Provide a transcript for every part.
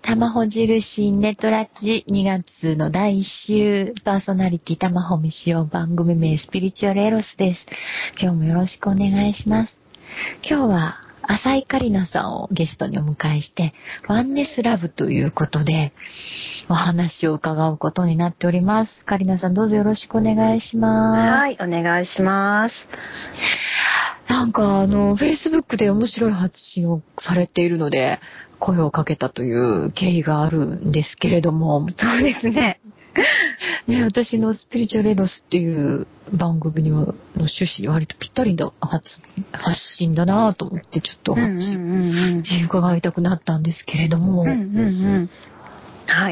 玉穂印ネトラジ2月の第1週パーソナリティ玉穂未使用番組名スピリチュアルエロスです。今日もよろしくお願いします。今日は浅井香里奈さんをゲストにお迎えしてワンネスラブということでお話を伺うことになっております。香里奈さんどうぞよろしくお願いします。 はい、お願いします。 なんかFacebook で面白い発信をされているので声をかけたという経緯があるんですけれども。 そうですね。 ね、私のスピリチュアルエロスっていう番組の趣旨に割とぴったりな発信だなと思ってちょっと伺いたくなったんですけれども。 はい。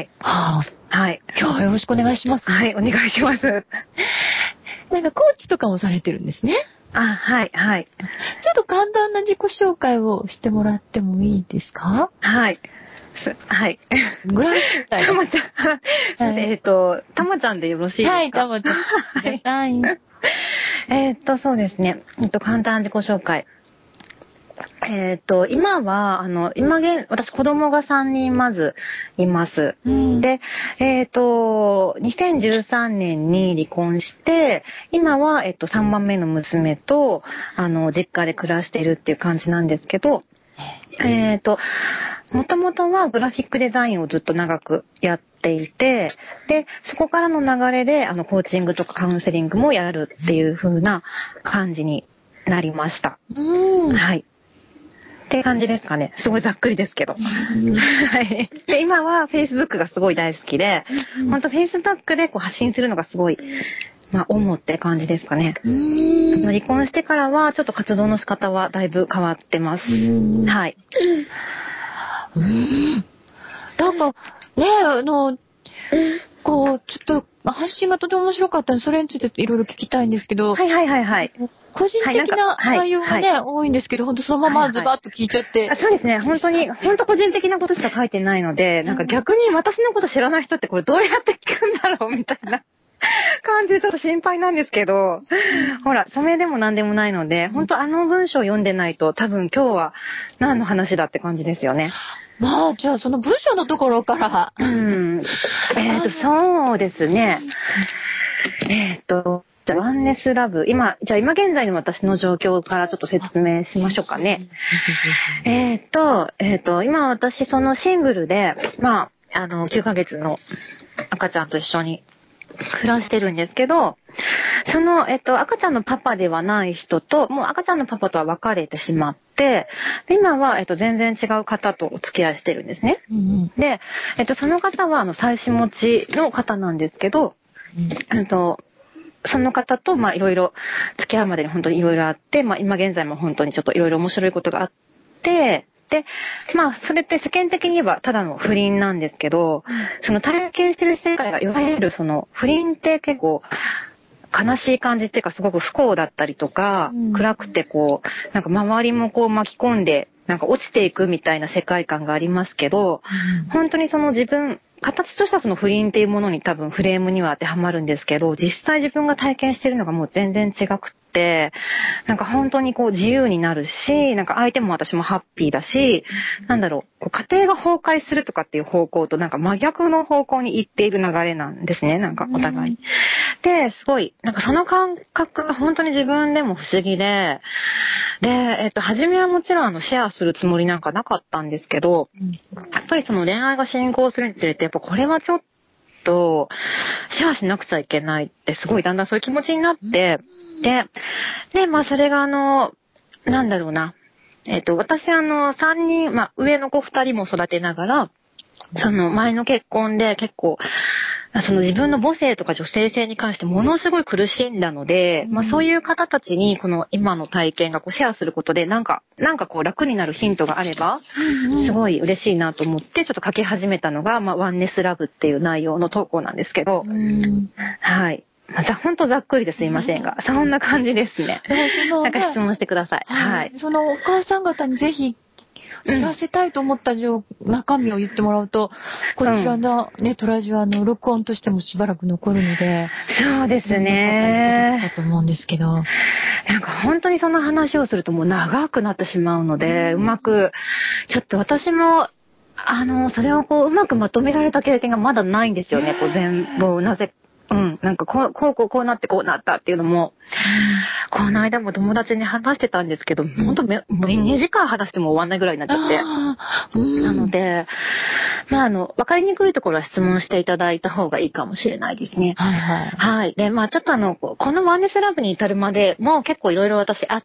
はい。今日はよろしくお願いします、 はい、お願いします。 なんかコーチとかもされてるんですね。 はい。 ちょっと簡単な自己紹介をしてもらってもいいですか？ はい。 ご覧ください。 たまちゃん。たまちゃんでよろしいですか？ はい、たまちゃん。はい。 そうですね。簡単自己紹介。今は、私子供が3人まずいます。で、2013年に離婚して、今は、3番目の娘と、実家で暮らしているっていう感じなんですけど、もともとはグラフィックデザインをずっと長くやっていて、で、そこからの流れで、コーチングとかカウンセリングもやるっていう風な感じになりました。はい。って感じですかね。すごいざっくりですけど。はい。で、今は Facebook がすごい大好きで、本当 Facebook でこう発信するのがすごい、主って感じですかね。離婚してからはちょっと活動の仕方はだいぶ変わってます。はい。 なんか、ね、こう、ちょっと発信がとても面白かったので、それについていろいろ聞きたいんですけど、 はい。 個人的な内容がね、多いんですけど、本当そのままズバッと聞いちゃって。 そうですね、本当個人的なことしか書いてないので、なんか逆に私のこと知らない人ってこれどうやって聞くんだろうみたいな感じでちょっと心配なんですけど、ほら、染めでも何でもないので、本当文章を読んでないと多分今日は何の話だって感じですよね。 じゃあその文章のところから。 そうですね。ワンネスラブ。今現在の私の状況からちょっと説明しましょうかね。今私そのシングルで、9ヶ月の赤ちゃんと一緒に暮らしてるんですけど、その、赤ちゃんのパパではない人と、もう赤ちゃんのパパとは別れてしまって、で今は、全然違う方とお付き合いしてるんですね。で、その方は、妻子持ちの方なんですけど、その方と、いろいろ付き合うまでに本当にいろいろあって、今現在も本当にちょっといろいろ面白いことがあって、で、それって世間的に言えばただの不倫なんですけど、その体験してる世界がいわゆるその不倫って結構悲しい感じっていうかすごく不幸だったりとか、暗くてこう、なんか周りもこう巻き込んで、なんか落ちていくみたいな世界観がありますけど、本当にその形としてはその不倫っていうものに多分フレームには当てはまるんですけど、実際自分が体験してるのがもう全然違くって、なんか本当にこう自由になるし、なんか相手も私もハッピーだし、こう家庭が崩壊するとかっていう方向となんか真逆の方向に行っている流れなんですね、なんかお互い。で、すごい、なんかその感覚が本当に自分でも不思議で、初めはもちろんシェアするつもりなんかなかったんですけど、やっぱりその恋愛が進行するにつれて、やっぱこれはちょっとシェアしなくちゃいけないってすごいだんだんそういう気持ちになって、で、それが私3人、上の子2人も育てながら、その前の結婚で結構、その自分の母性とか女性性に関してものすごい苦しんだので、そういう方たちにこの今の体験がこうシェアすることでなんかこう楽になるヒントがあれば、すごい嬉しいなと思ってちょっと書き始めたのが、ワンネスラブっていう内容の投稿なんですけど、はい。ほんとざっくりですいませんが、そんな感じですね。なんか質問してください。はい。 そのお母さん方にぜひ知らせたいと思った中身を言ってもらうと、こちらのネトラジは録音としてもしばらく残るので、 そうですね。 だと思うんですけど、 なんか本当にその話をするともう長くなってしまうので、うまくちょっと私もそれをこう、うまくまとめられた経験がまだないんですよね。こう、全部、なぜ、なんかこうなってこうなったっていうのも、この間も友達に話してたんですけど、ほんともう2時間話しても終わんないぐらいになっちゃって。なので、わかりにくいところは質問していただいた方がいいかもしれないですね。 はいはい。 はい。で、ちょっとこのワンネスラブに至るまでも結構いろいろ私あって、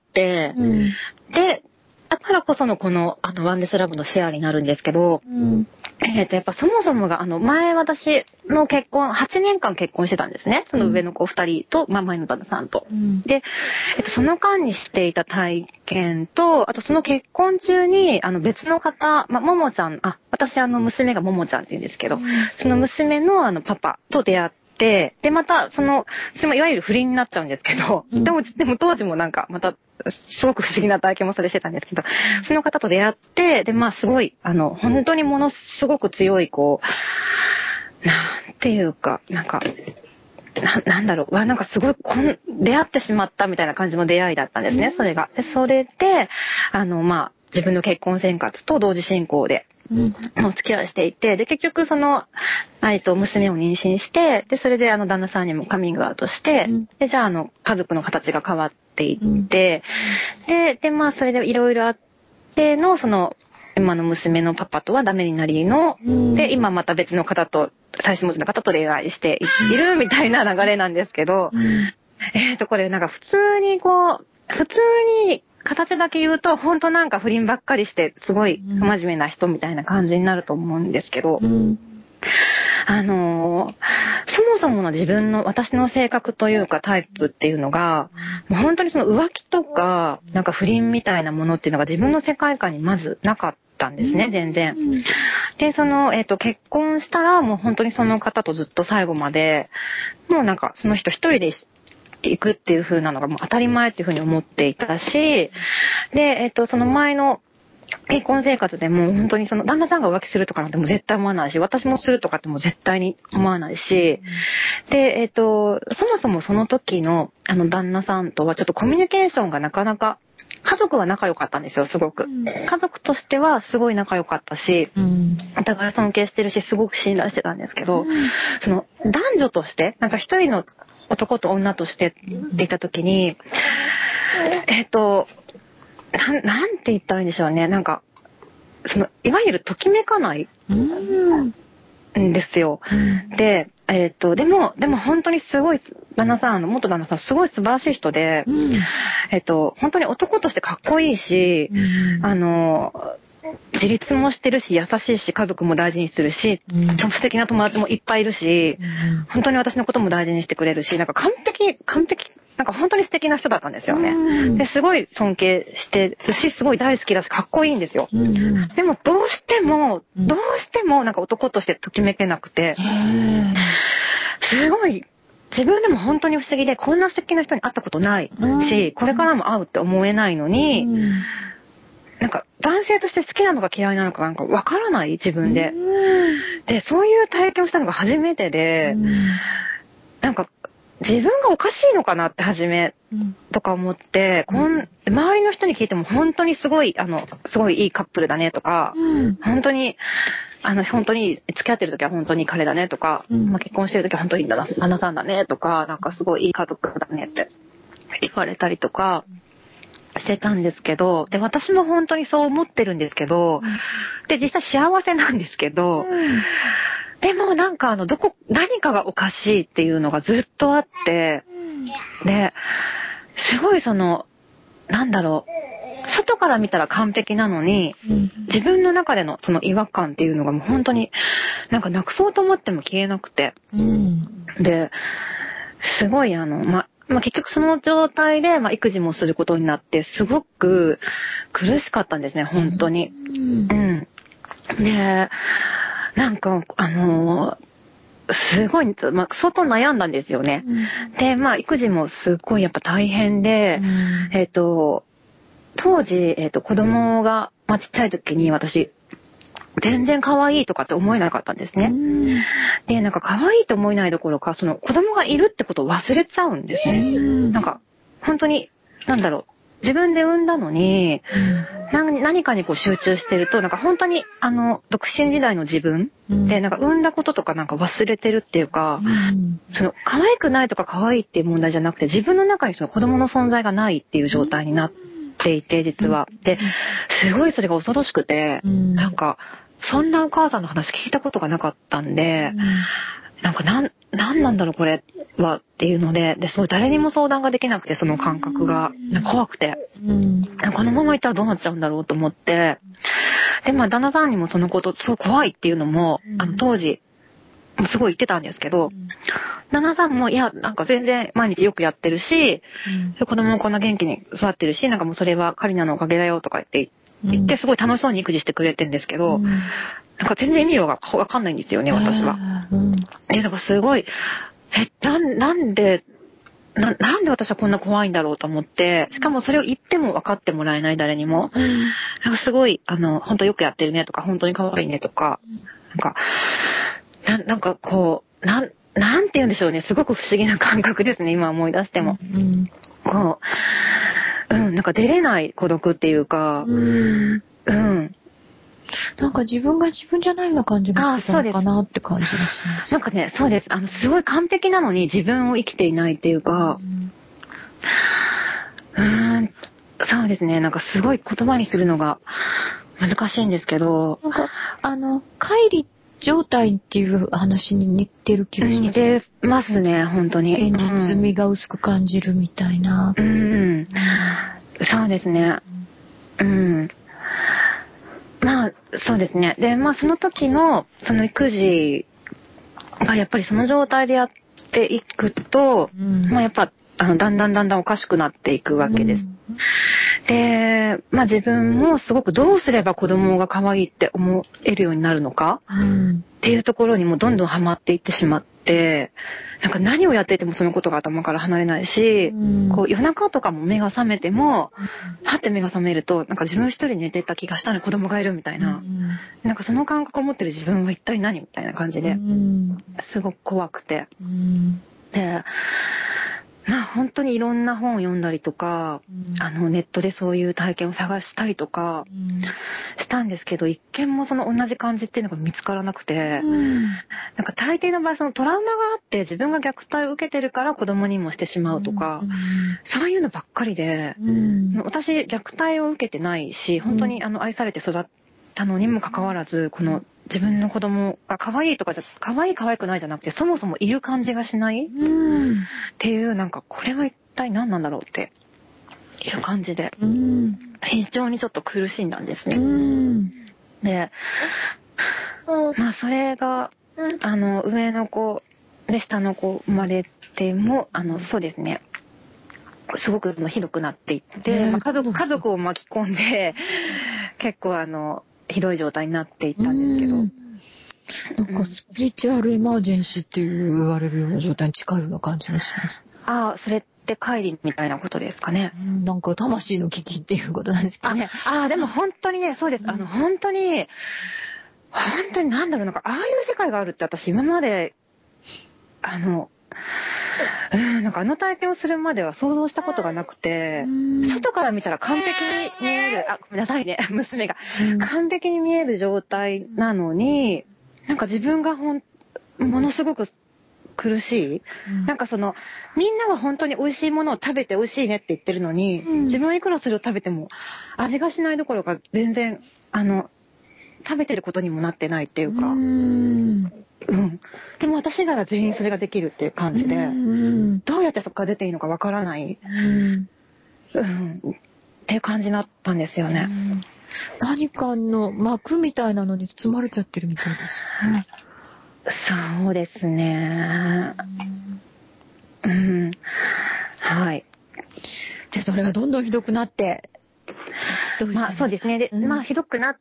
で、だからこそのこの、ワンネスラブのシェアになるんですけど、やっぱそもそもが、前私の結婚、8年間結婚してたんですね。その上の子2人と、前の旦那さんと。で、その間にしていた体験と、あとその結婚中に、別の方、ももちゃん、私娘がももちゃんって言うんですけど、その娘のパパと出会って、で、また、いわゆる不倫になっちゃうんですけど、でも当時もなんか、また、すごく不思議な体験もそれしてたんですけど、その方と出会って、で、すごい、本当にものすごく強い、こう、なんていうか、なんかすごい、出会ってしまったみたいな感じの出会いだったんですね、それが。で、それで、自分の結婚生活と同時進行で、お付き合いしていて、で、結局娘を妊娠して、で、それで旦那さんにもカミングアウトして、で、じゃあ家族の形が変わっていって、で、それでいろいろあっての、今の娘のパパとはダメになりの、で、今また別の方と、妻子持ちの方と恋愛しているみたいな流れなんですけど、これなんか普通に形だけ言うと、ほんとなんか不倫ばっかりして、すごい不真面目な人みたいな感じになると思うんですけど、そもそもの私の性格というかタイプっていうのが、もう本当にその浮気とか、なんか不倫みたいなものっていうのが自分の世界観にまずなかったんですね、全然。で、結婚したらもう本当にその方とずっと最後まで、もうなんかその人一人で行くっていう風なのがもう当たり前っていう風に思っていたし、で、その前の結婚生活でも本当に旦那さんが浮気するとかなんてもう絶対思わないし、私もするとかってもう絶対に思わないし、で、そもそもその時の旦那さんとはちょっとコミュニケーションがなかなか、家族は仲良かったんですよ、すごく。家族としてはすごい仲良かったし、お互い尊敬してるし、すごく信頼してたんですけど、男女として、なんか一人の男と女としてって言った時に、なんて言ったらいいんでしょうね。なんか、いわゆるときめかないんですよ。で、でも本当にすごい、元旦那さん、すごい素晴らしい人で、本当に男としてかっこいいし、自立もしてるし、優しいし、家族も大事にするし、素敵な友達もいっぱいいるし、本当に私のことも大事にしてくれるし、なんか完璧、なんか本当に素敵な人だったんですよね。で、すごい尊敬してるし、すごい大好きだし、かっこいいんですよ。でも、どうしても、なんか男としてときめけなくて、すごい、自分でも本当に不思議で、こんな素敵な人に会ったことないし、これからも会うって思えないのに、なんか男性として好きなのか嫌いなのかなんかわからない自分で。で、そういう体験をしたのが初めてで、なんか自分がおかしいのかなって初めとか思って、周りの人に聞いても本当にすごいいいカップルだねとか、本当に付き合ってる時は本当に彼だねとか、結婚してる時は本当に旦那さんだねとか、なんかすごいいい家族だねって言われたりとか、してたんですけど、で、私も本当にそう思ってるんですけど、で、実際幸せなんですけど、でもなんか何かがおかしいっていうのがずっとあって、で、すごい外から見たら完璧なのに、自分の中でのその違和感っていうのがもう本当になんかなくそうと思っても消えなくて、で、すごい結局その状態で、育児もすることになって、すごく苦しかったんですね、本当に。で、なんか、すごい、相当悩んだんですよね。で、育児もすっごいやっぱ大変で、当時、子供が、ちっちゃい時に私、全然可愛いとかって思えなかったんですね。で、なんか可愛いと思えないどころか、子供がいるってことを忘れちゃうんですね。なんか、本当に、 自分で産んだのに、何かにこう集中してると、なんか本当に独身時代の自分で、なんか産んだこととかなんか忘れてるっていうか、その可愛くないとか可愛いっていう問題じゃなくて、自分の中にその子供の存在がないっていう状態になっていて、実は。で、すごいそれが恐ろしくて、なんか、そんなお母さんの話聞いたことがなかったんで、なんかなんなんだろうこれはっていうので、そう誰にも相談ができなくて、その感覚が怖くて、このままいったらどうなっちゃうんだろうと思って、で旦那さんにもそのことすごい怖いっていうのも当時すごい言ってたんですけど、旦那さんもいやなんか全然毎日よくやってるし、子供もこんな元気に育ってるし、なんかもうそれはカリナのおかげだよとか言ってすごい楽しそうに育児してくれてるんですけど、なんか全然意味がわかんないんですよね、私は。なんかすごい、なんで私はこんな怖いんだろうと思って、しかもそれを言っても分かってもらえない誰にも。なんかすごい、本当よくやってるねとか、本当に可愛いねとか、なんかこう、なんて言うんでしょうね、すごく不思議な感覚ですね、今思い出しても。こう、なんか出れない孤独っていうか、 なんか自分が自分じゃないような感じがしてたのかなって感じがします。 なんかね、そうです。すごい完璧なのに自分を生きていないっていうか、そうですね。なんかすごい言葉にするのが難しいんですけど。 なんか、乖離状態っていう話に似てる気がします。 似てますね、本当に。 現実味が薄く感じるみたいな。 そうですね。まあ、そうですね。で、その時の、その育児がやっぱりその状態でやっていくと、やっぱ、だんだんおかしくなっていくわけです。で、自分もすごくどうすれば子供が可愛いって思えるようになるのか、っていうところにもどんどんハマっていってしまって、なんか何をやっていてもそのことが頭から離れないし、こう夜中とかも目が覚めても、はって目が覚めると、なんか自分一人寝てた気がしたのに子供がいるみたいな、なんかその感覚を持ってる自分は一体何みたいな感じで、すごく怖くて。で、本当にいろんな本を読んだりとか、ネットでそういう体験を探したりとかしたんですけど、一見もその同じ感じっていうのが見つからなくて、なんか大抵の場合そのトラウマがあって自分が虐待を受けてるから子供にもしてしまうとか、そういうのばっかりで、私虐待を受けてないし、本当に愛されて育ったのにもかかわらず、この自分の子供が可愛いとか可愛くないじゃなくて、そもそもいる感じがしないっていう、なんかこれは一体何なんだろうっていう感じで、非常にちょっと苦しんだんですね。で、それが上の子で下の子生まれてもそうですね、すごくひどくなっていって、家族を巻き込んで結構ひどい状態になっていったんですけど、 なんかスピリチュアルエマージェンシーって言われるような状態に近いような感じがします。 それって乖離みたいなことですかね。 なんか魂の危機っていうことなんですかね。 でも本当にね、そうです。本当になんだろう、なんかああいう世界があるって私今までなんか体験をするまでは想像したことがなくて、外から見たら完璧に見える、ごめんなさいね、娘が。完璧に見える状態なのに、なんか自分がものすごく苦しい、なんかみんなは本当に美味しいものを食べて美味しいねって言ってるのに、自分はいくらそれを食べても味がしないどころか全然食べてることにもなってないっていうか、でも私なら全員それができるっていう感じで、どうやってそこから出ていいのかわからない、っていう感じになったんですよね。 何かの膜みたいなのに包まれちゃってるみたいですね。 そうですね。はい。 で、それがどんどんひどくなって、 そうですね。で、ひどくなって、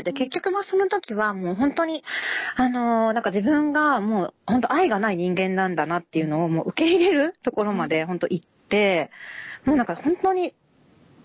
で、結局その時はもう本当に、なんか自分がもう本当愛がない人間なんだなっていうのをもう受け入れるところまで本当行って、もうなんか本当に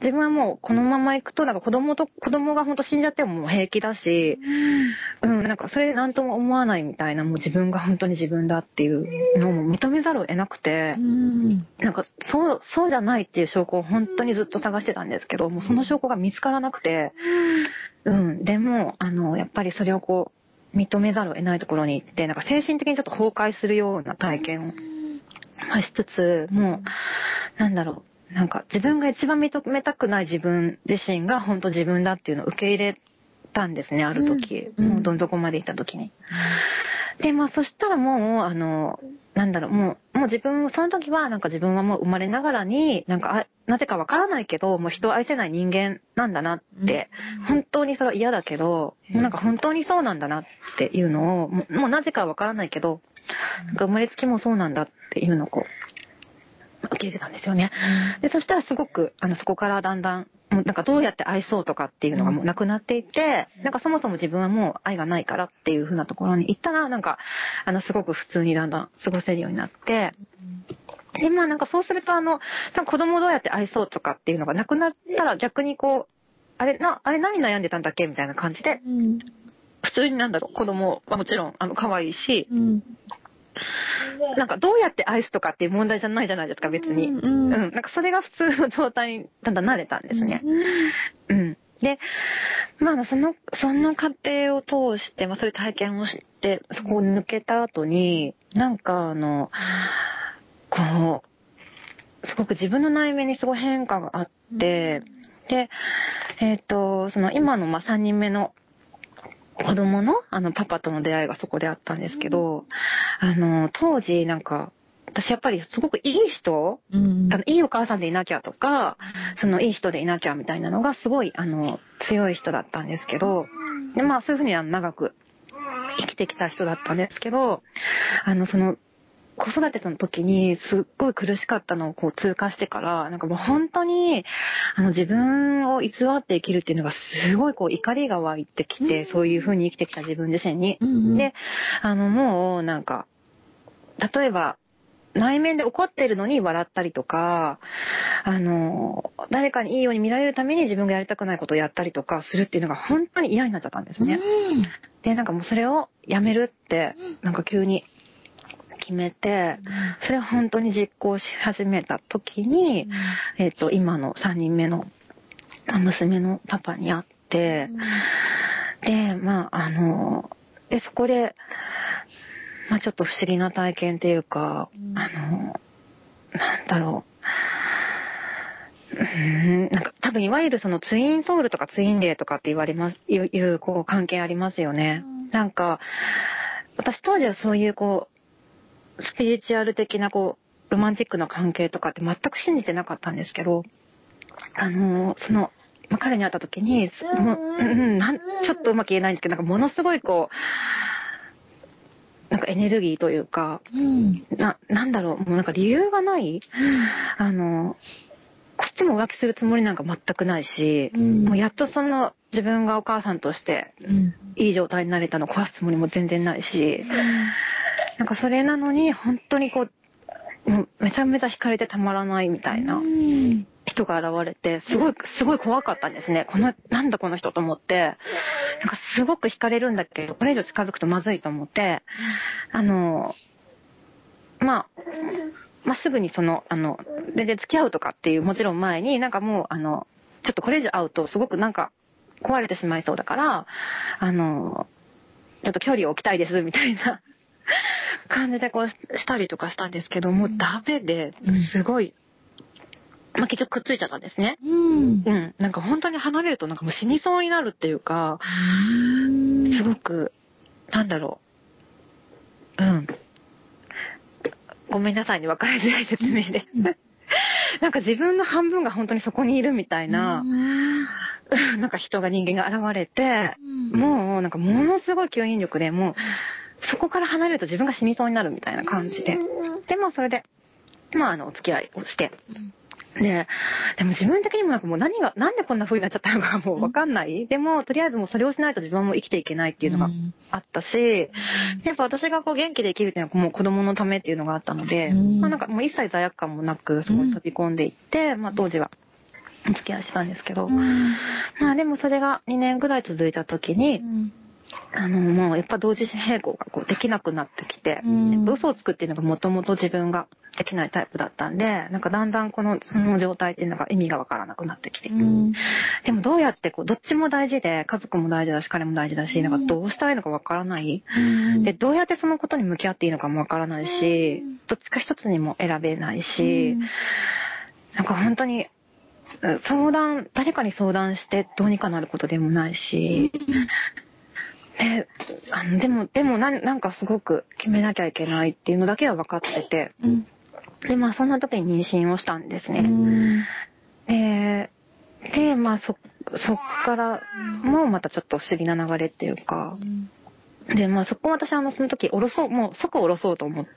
自分はもうこのまま行くと、なんか子供が本当死んじゃってももう平気だし、なんかそれで何とも思わないみたいな、もう自分が本当に自分だっていうのを認めざるを得なくて、なんかそうじゃないっていう証拠を本当にずっと探してたんですけど、もうその証拠が見つからなくて、でも、やっぱりそれをこう、認めざるを得ないところに行って、なんか精神的にちょっと崩壊するような体験をしつつ、もう、なんだろう、なんか自分が一番認めたくない自分自身が本当自分だっていうのを受け入れたんですね、ある時。もうどん底まで行った時に。で、まあそしたらもう、なんだろう、もう自分、その時はなんか自分はもう生まれながらに、なんかなぜかわからないけど、もう人を愛せない人間なんだなって、本当にそれは嫌だけど、もうなんか本当にそうなんだなっていうのを、もうなぜかわからないけど、なんか生まれつきもそうなんだっていうのをこう、受け入れたんですよね。で、そしたらすごく、そこからだんだん、もうなんかどうやって愛そうとかっていうのがもうなくなっていって、なんかそもそも自分はもう愛がないからっていう風なところに行ったら、なんか、すごく普通にだんだん過ごせるようになって、で、まあなんかそうすると子供をどうやって愛そうとかっていうのがなくなったら逆にこう、あれ何悩んでたんだっけみたいな感じで、普通に子供はもちろん可愛いし、なんかどうやって愛すとかっていう問題じゃないじゃないですか、別に。なんかそれが普通の状態にだんだん慣れたんですね。で、まあその過程を通して、まあそういう体験をして、そこを抜けた後に、なんかこう、すごく自分の内面にすごい変化があって、で、その今の3人目の子供のパパとの出会いがそこであったんですけど、当時なんか、私やっぱりすごくいい人、いいお母さんでいなきゃとか、そのいい人でいなきゃみたいなのがすごい強い人だったんですけど、でまあそういうふうに長く生きてきた人だったんですけど、その子育ての時にすっごい苦しかったのをこう通過してから、なんかもう本当に自分を偽って生きるっていうのがすごいこう怒りが湧いてきて、そういう風に生きてきた自分自身に。で、もうなんか、例えば内面で怒ってるのに笑ったりとか、誰かにいいように見られるために自分がやりたくないことをやったりとかするっていうのが本当に嫌になっちゃったんですね。で、なんかもうそれをやめるって、なんか急に決めて、それを本当に実行し始めた時に、今の3人目の娘のパパに会って、で、まあ、で、そこで、まあちょっと不思議な体験っていうか、なんだろう。なんか多分いわゆるそのツインソウルとかツインレイとかっていうこう関係ありますよね。なんか、私当時はそういうこう、スピリチュアル的なこうロマンチックな関係とかって全く信じてなかったんですけど、彼に会った時にちょっとうまく言えないんですけど、なんかものすごいこうなんかエネルギーというか、なんだろう、もうなんか理由がない、こっちも浮気するつもりなんか全くないし、もうやっと自分がお母さんとしていい状態になれたのを壊すつもりも全然ないし、なんかそれなのに本当にこう、もうめちゃめちゃ惹かれてたまらないみたいな人が現れて、すごい怖かったんですね。なんだこの人と思って、なんかすごく惹かれるんだけど、これ以上近づくとまずいと思って、まあ、すぐに全然付き合うとかっていうもちろん前に、なんかもうちょっとこれ以上会うとすごくなんか壊れてしまいそうだから、ちょっと距離を置きたいですみたいな感じでこうしたりとかしたんですけど、もうダメで、すごい、まあ結局くっついちゃったんですね。なんか本当に離れるとなんかもう死にそうになるっていうか、すごく、なんだろう。ごめんなさいね、分かりづらい説明で。なんか自分の半分が本当にそこにいるみたいな、なんか人間が現れて、もうなんかものすごい吸引力で、もうそこから離れると自分が死にそうになるみたいな感じで。で、まあそれで、まあお付き合いをして。でも自分的にもなんかもうなんでこんな風になっちゃったのかもう分かんない。でもとりあえずもうそれをしないと自分はもう生きていけないっていうのがあったし、やっぱ私がこう元気で生きるっていうのはもう子供のためっていうのがあったので、まあなんかもう一切罪悪感もなくそこに飛び込んでいって、まあ当時はお付き合いしてたんですけど、まあでもそれが2年ぐらい続いた時に、もうやっぱ同時並行がこうできなくなってきて、嘘をつくっていうのがもともと自分ができないタイプだったんで、なんかだんだんその状態っていうのが意味がわからなくなってきて。でもどうやってこう、どっちも大事で、家族も大事だし、彼も大事だし、なんかどうしたらいいのかわからない。で、どうやってそのことに向き合っていいのかもわからないし、どっちか一つにも選べないし、なんか本当に、誰かに相談してどうにかなることでもないし、でもなんかすごく決めなきゃいけないっていうのだけは分かってて、で、まあそんな時に妊娠をしたんですね。で、まあそっからもまたちょっと不思議な流れっていうか、で、まあそこ私その時もう即下ろそうと思って、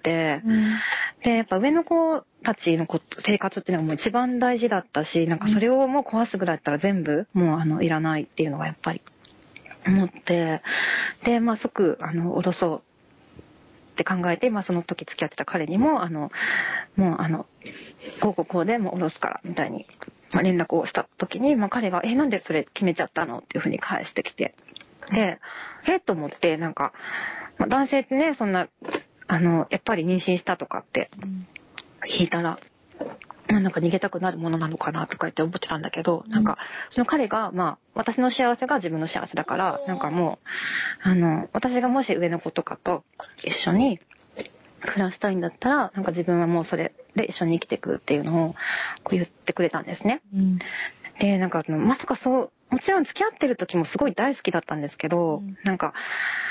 で、やっぱ上の子たちの生活っていうのがもう一番大事だったし、なんかそれをもう壊すぐらいだったら全部もういらないっていうのがやっぱり思って、で、まあ即下ろそうって考えて、まあその時付き合ってた彼にも、もうこうでもう下ろすからみたいに、まあ、連絡をした時に、まあ彼が、なんでそれ決めちゃったのっていうふうに返してきて、で、と思って、なんか、まあ、男性ってね、そんな、やっぱり妊娠したとかって聞いたら、なんか逃げたくなるものなのかなとか言って思ってたんだけど、なんか、その彼が、まあ、私の幸せが自分の幸せだから、なんかもう、私がもし上の子とかと一緒に暮らしたいんだったら、なんか自分はもうそれで一緒に生きていくっていうのをこう言ってくれたんですね。で、なんかまさかもちろん付き合ってる時もすごい大好きだったんですけど、なんか、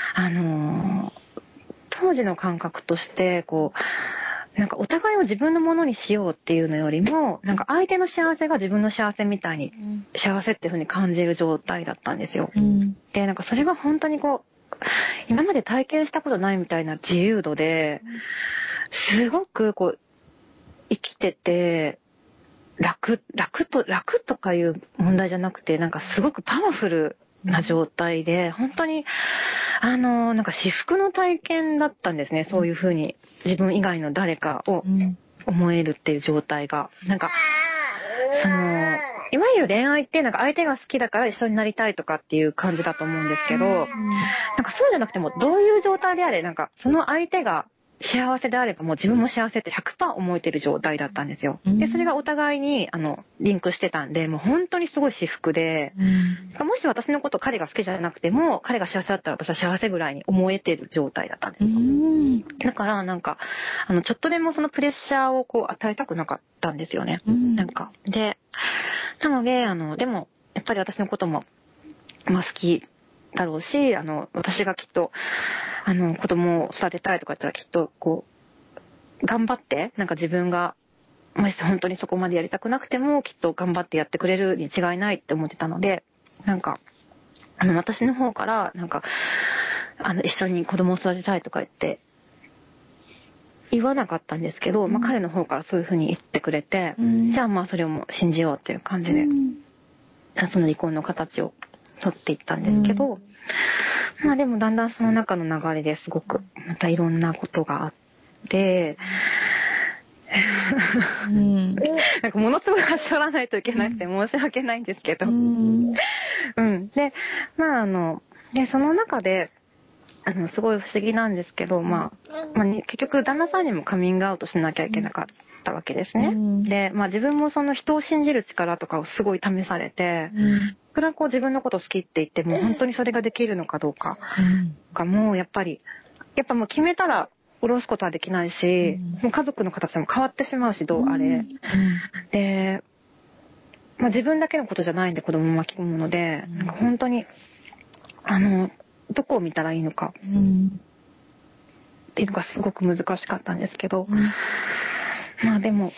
当時の感覚として、こう、なんかお互いを自分のものにしようっていうのよりも、なんか相手の幸せが自分の幸せみたいに幸せっていう風に感じる状態だったんですよ。で、なんかそれが本当にこう、今まで体験したことないみたいな自由度で、すごくこう、生きてて、楽とかいう問題じゃなくて、なんかすごくパワフルな状態で、本当に、なんか至福の体験だったんですね。そういうふうに自分以外の誰かを思えるっていう状態が。なんか、いわゆる恋愛ってなんか相手が好きだから一緒になりたいとかっていう感じだと思うんですけど、なんかそうじゃなくてもどういう状態であれ、なんかその相手が幸せであればもう自分も幸せって 100% 思えてる状態だったんですよ。で、それがお互いにリンクしてたんで、もう本当にすごい至福で、もし私のこと彼が好きじゃなくても、彼が幸せだったら私は幸せぐらいに思えてる状態だったんです。だからなんか、ちょっとでもそのプレッシャーをこう与えたくなかったんですよね。なんか。で、なので、でも、やっぱり私のことも、まあ好きだろうし、私がきっと、子供を育てたいとか言ったらきっと、こう、頑張って、なんか自分が、もし本当にそこまでやりたくなくても、きっと頑張ってやってくれるに違いないって思ってたので、なんか、私の方から、なんか、一緒に子供を育てたいとか言わなかったんですけど、まあ彼の方からそういうふうに言ってくれて、じゃあまあそれをもう信じようっていう感じで、その離婚の形を取っていったんですけど、まあでもだんだんその中の流れですごくまたいろんなことがあって、なんかものすごいはしょらないといけなくて申し訳ないんですけど、で、まあで、その中で、すごい不思議なんですけど、結局旦那さんにもカミングアウトしなきゃいけなかったわけですね。で、まあ自分もその人を信じる力とかをすごい試されて、いくらこう自分のこと好きって言っても本当にそれができるのかどうかがもうやっぱもう決めたら下ろすことはできないし、もう家族の形も変わってしまうし、どうあれ。で、まあ自分だけのことじゃないんで子供を巻き込むので、なんか本当に、どこを見たらいいのかっていうのがすごく難しかったんですけど、まあでも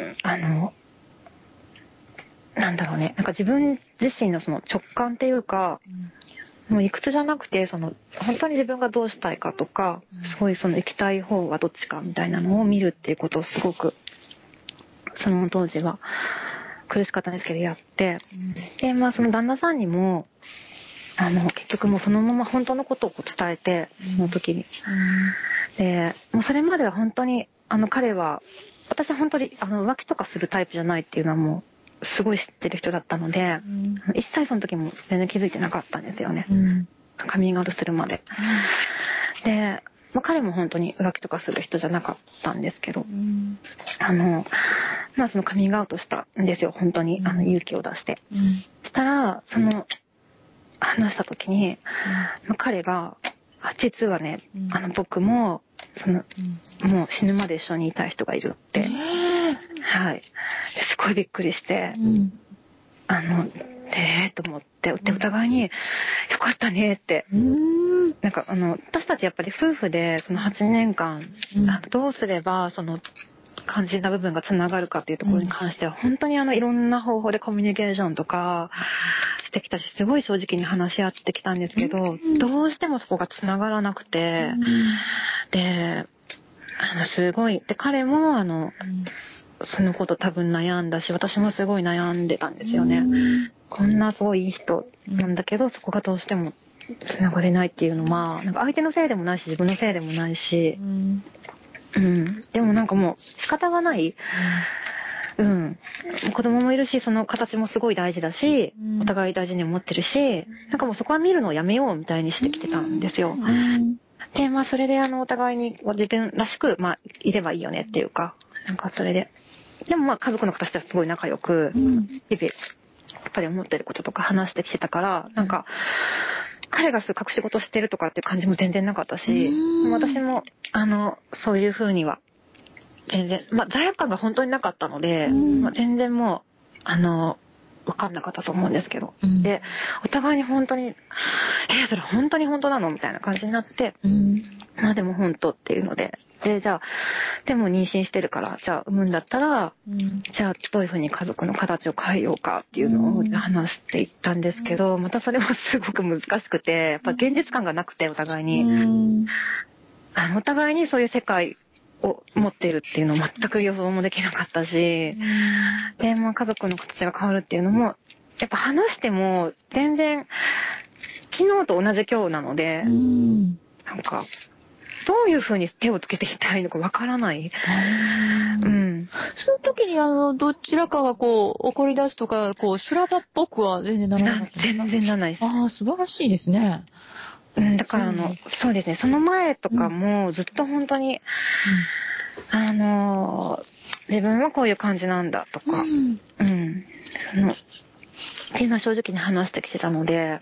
なんだろうね、なんか自分自身のその直感っていうか、もう理屈じゃなくて本当に自分がどうしたいかとか、すごい行きたい方はどっちかみたいなのを見るっていうことをすごくその当時は苦しかったんですけどやって、でまあその旦那さんにも結局もうそのまま本当のことを伝えて、その時に。で、もうそれまでは本当に、彼は、私は本当に浮気とかするタイプじゃないっていうのはもすごい知ってる人だったので、一切その時も全然気づいてなかったんですよね。カミングアウトするまで。で、まあ、彼も本当に浮気とかする人じゃなかったんですけど、まあそのカミングアウトしたんですよ、本当に、勇気を出して。そしたら、その、話した時に、まあ、彼が、実はね、僕も、もう死ぬまで一緒にいたい人がいるって。はい。すごいびっくりして、と思って、お互いに、よかったねって。なんか私たちやっぱり夫婦で、その8年間、どうすれば、その、肝心な部分がつながるかっていうところに関しては、本当にいろんな方法でコミュニケーションとかしてきたし、すごい正直に話し合ってきたんですけど、どうしてもそこがつながらなくて、で、すごい、で、彼もそのこと多分悩んだし、私もすごい悩んでたんですよね。こんなすごいいい人なんだけど、そこがどうしてもつながれないっていうのは、なんか相手のせいでもないし、自分のせいでもないし、でもなんかもう仕方がない。子供もいるし、その形もすごい大事だし、お互い大事に思ってるし、なんかもうそこは見るのをやめようみたいにしてきてたんですよ。で、まあそれでお互いに自分らしく、まあいればいいよねっていうか、なんかそれで。でもまあ家族の形ではすごい仲良く、日々、やっぱり思ってることとか話してきてたから、なんか、彼が隠し事してるとかっていう感じも全然なかったし、私も、そういう風には、全然、まあ罪悪感が本当になかったので、まあ、全然もう、分かんなかったと思うんですけど。で、お互いに本当に、それ本当に本当なのみたいな感じになって、まあでも本当っていうので、で、じゃあ、でも妊娠してるから、じゃあ産むんだったら、じゃあどういうふうに家族の形を変えようかっていうのを話していったんですけど、またそれもすごく難しくて、やっぱ現実感がなくて、お互いに。お互いにそういう世界を持っているっていうのを全く予想もできなかったし、で、まあ家族の形が変わるっていうのも、やっぱ話しても全然昨日と同じ今日なので、なんか、どういう風に手をつけていったらいいのかわからない。 その時にどちらかがこう、怒り出すとか、こう、修羅場っぽくは全然ならなかったですか？ 全然ならないです。 ああ、素晴らしいですね。 だからそうですね、その前とかもずっと本当に、自分はこういう感じなんだとか、っていうのは正直に話してきてたので、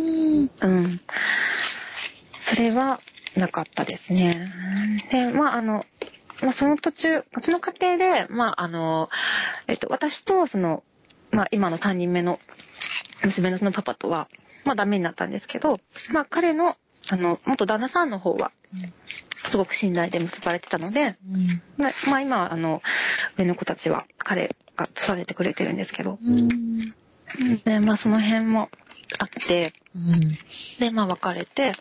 それはなかったですね。で、まあまあ、その途中、その過程で、まあ私とまあ今の3人目の娘のそのパパとは、まあダメになったんですけど、まあ彼の、元旦那さんの方は、すごく信頼で結ばれてたので、まあ今、上の子たちは彼が育ててくれてるんですけど、で、まあその辺もあって、で、まあ別れて、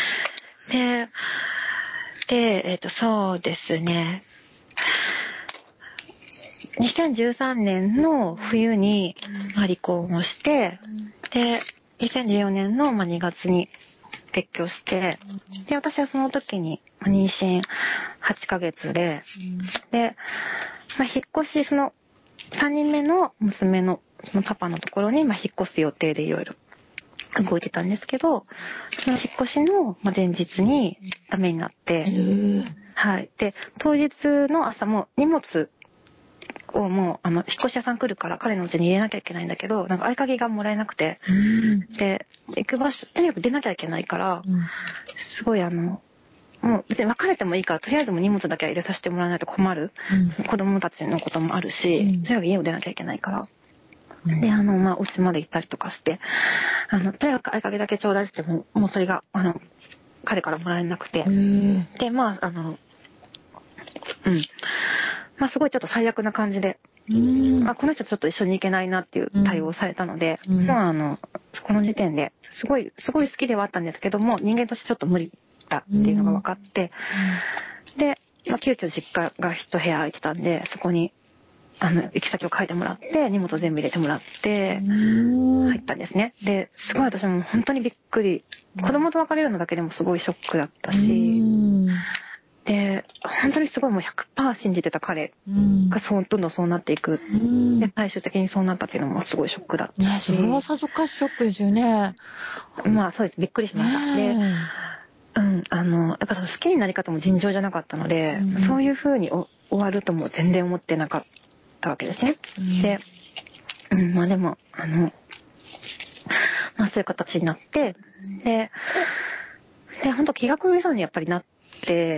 で、そうですね、2013年の冬に離婚をして、で、2014年の2月に別居して、で、私はその時に妊娠8ヶ月で、で、まあ、引っ越し、3人目の娘のそのパパのところに引っ越す予定でいろいろ動いてたんですけど、その引っ越しの前日にダメになって、はい。で、当日の朝も荷物をもう、引っ越し屋さん来るから彼の家に入れなきゃいけないんだけど、なんか合鍵がもらえなくて、で、行く場所、とにかく出なきゃいけないから、すごいもう別に別れてもいいから、とりあえずもう荷物だけは入れさせてもらわないと困る。子供たちのこともあるし、とにかく家を出なきゃいけないから。で、まあ、お家まで行ったりとかして、とにかく合鍵だけちょうだいってもうそれが、彼からもらえなくて。で、まあ、まあ、すごいちょっと最悪な感じで、まあ、この人ちょっと一緒に行けないなっていう対応をされたので、まあ、この時点で、すごい好きではあったんですけども、人間としてちょっと無理だっていうのが分かって、で、まあ、急遽実家が一部屋空いてたんで、そこに、行き先を書いてもらって、荷物を全部入れてもらって、入ったんですね。で、すごい私も本当にびっくり。子供と別れるのだけでもすごいショックだったし、 で、本当にすごいもう 100% 信じてた彼がどんどんそうなっていく。で、最終的にそうなったっていうのもすごいショックだったし。 ね、それはさぞかしショックですよね。 まあそうです。びっくりしました。で、やっぱ好きになり方も尋常じゃなかったので、そういう風に終わるとも全然思ってなかったわけですね。で、まあでも、まあそういう形になって、で、本当気が狂いそうにやっぱりなって、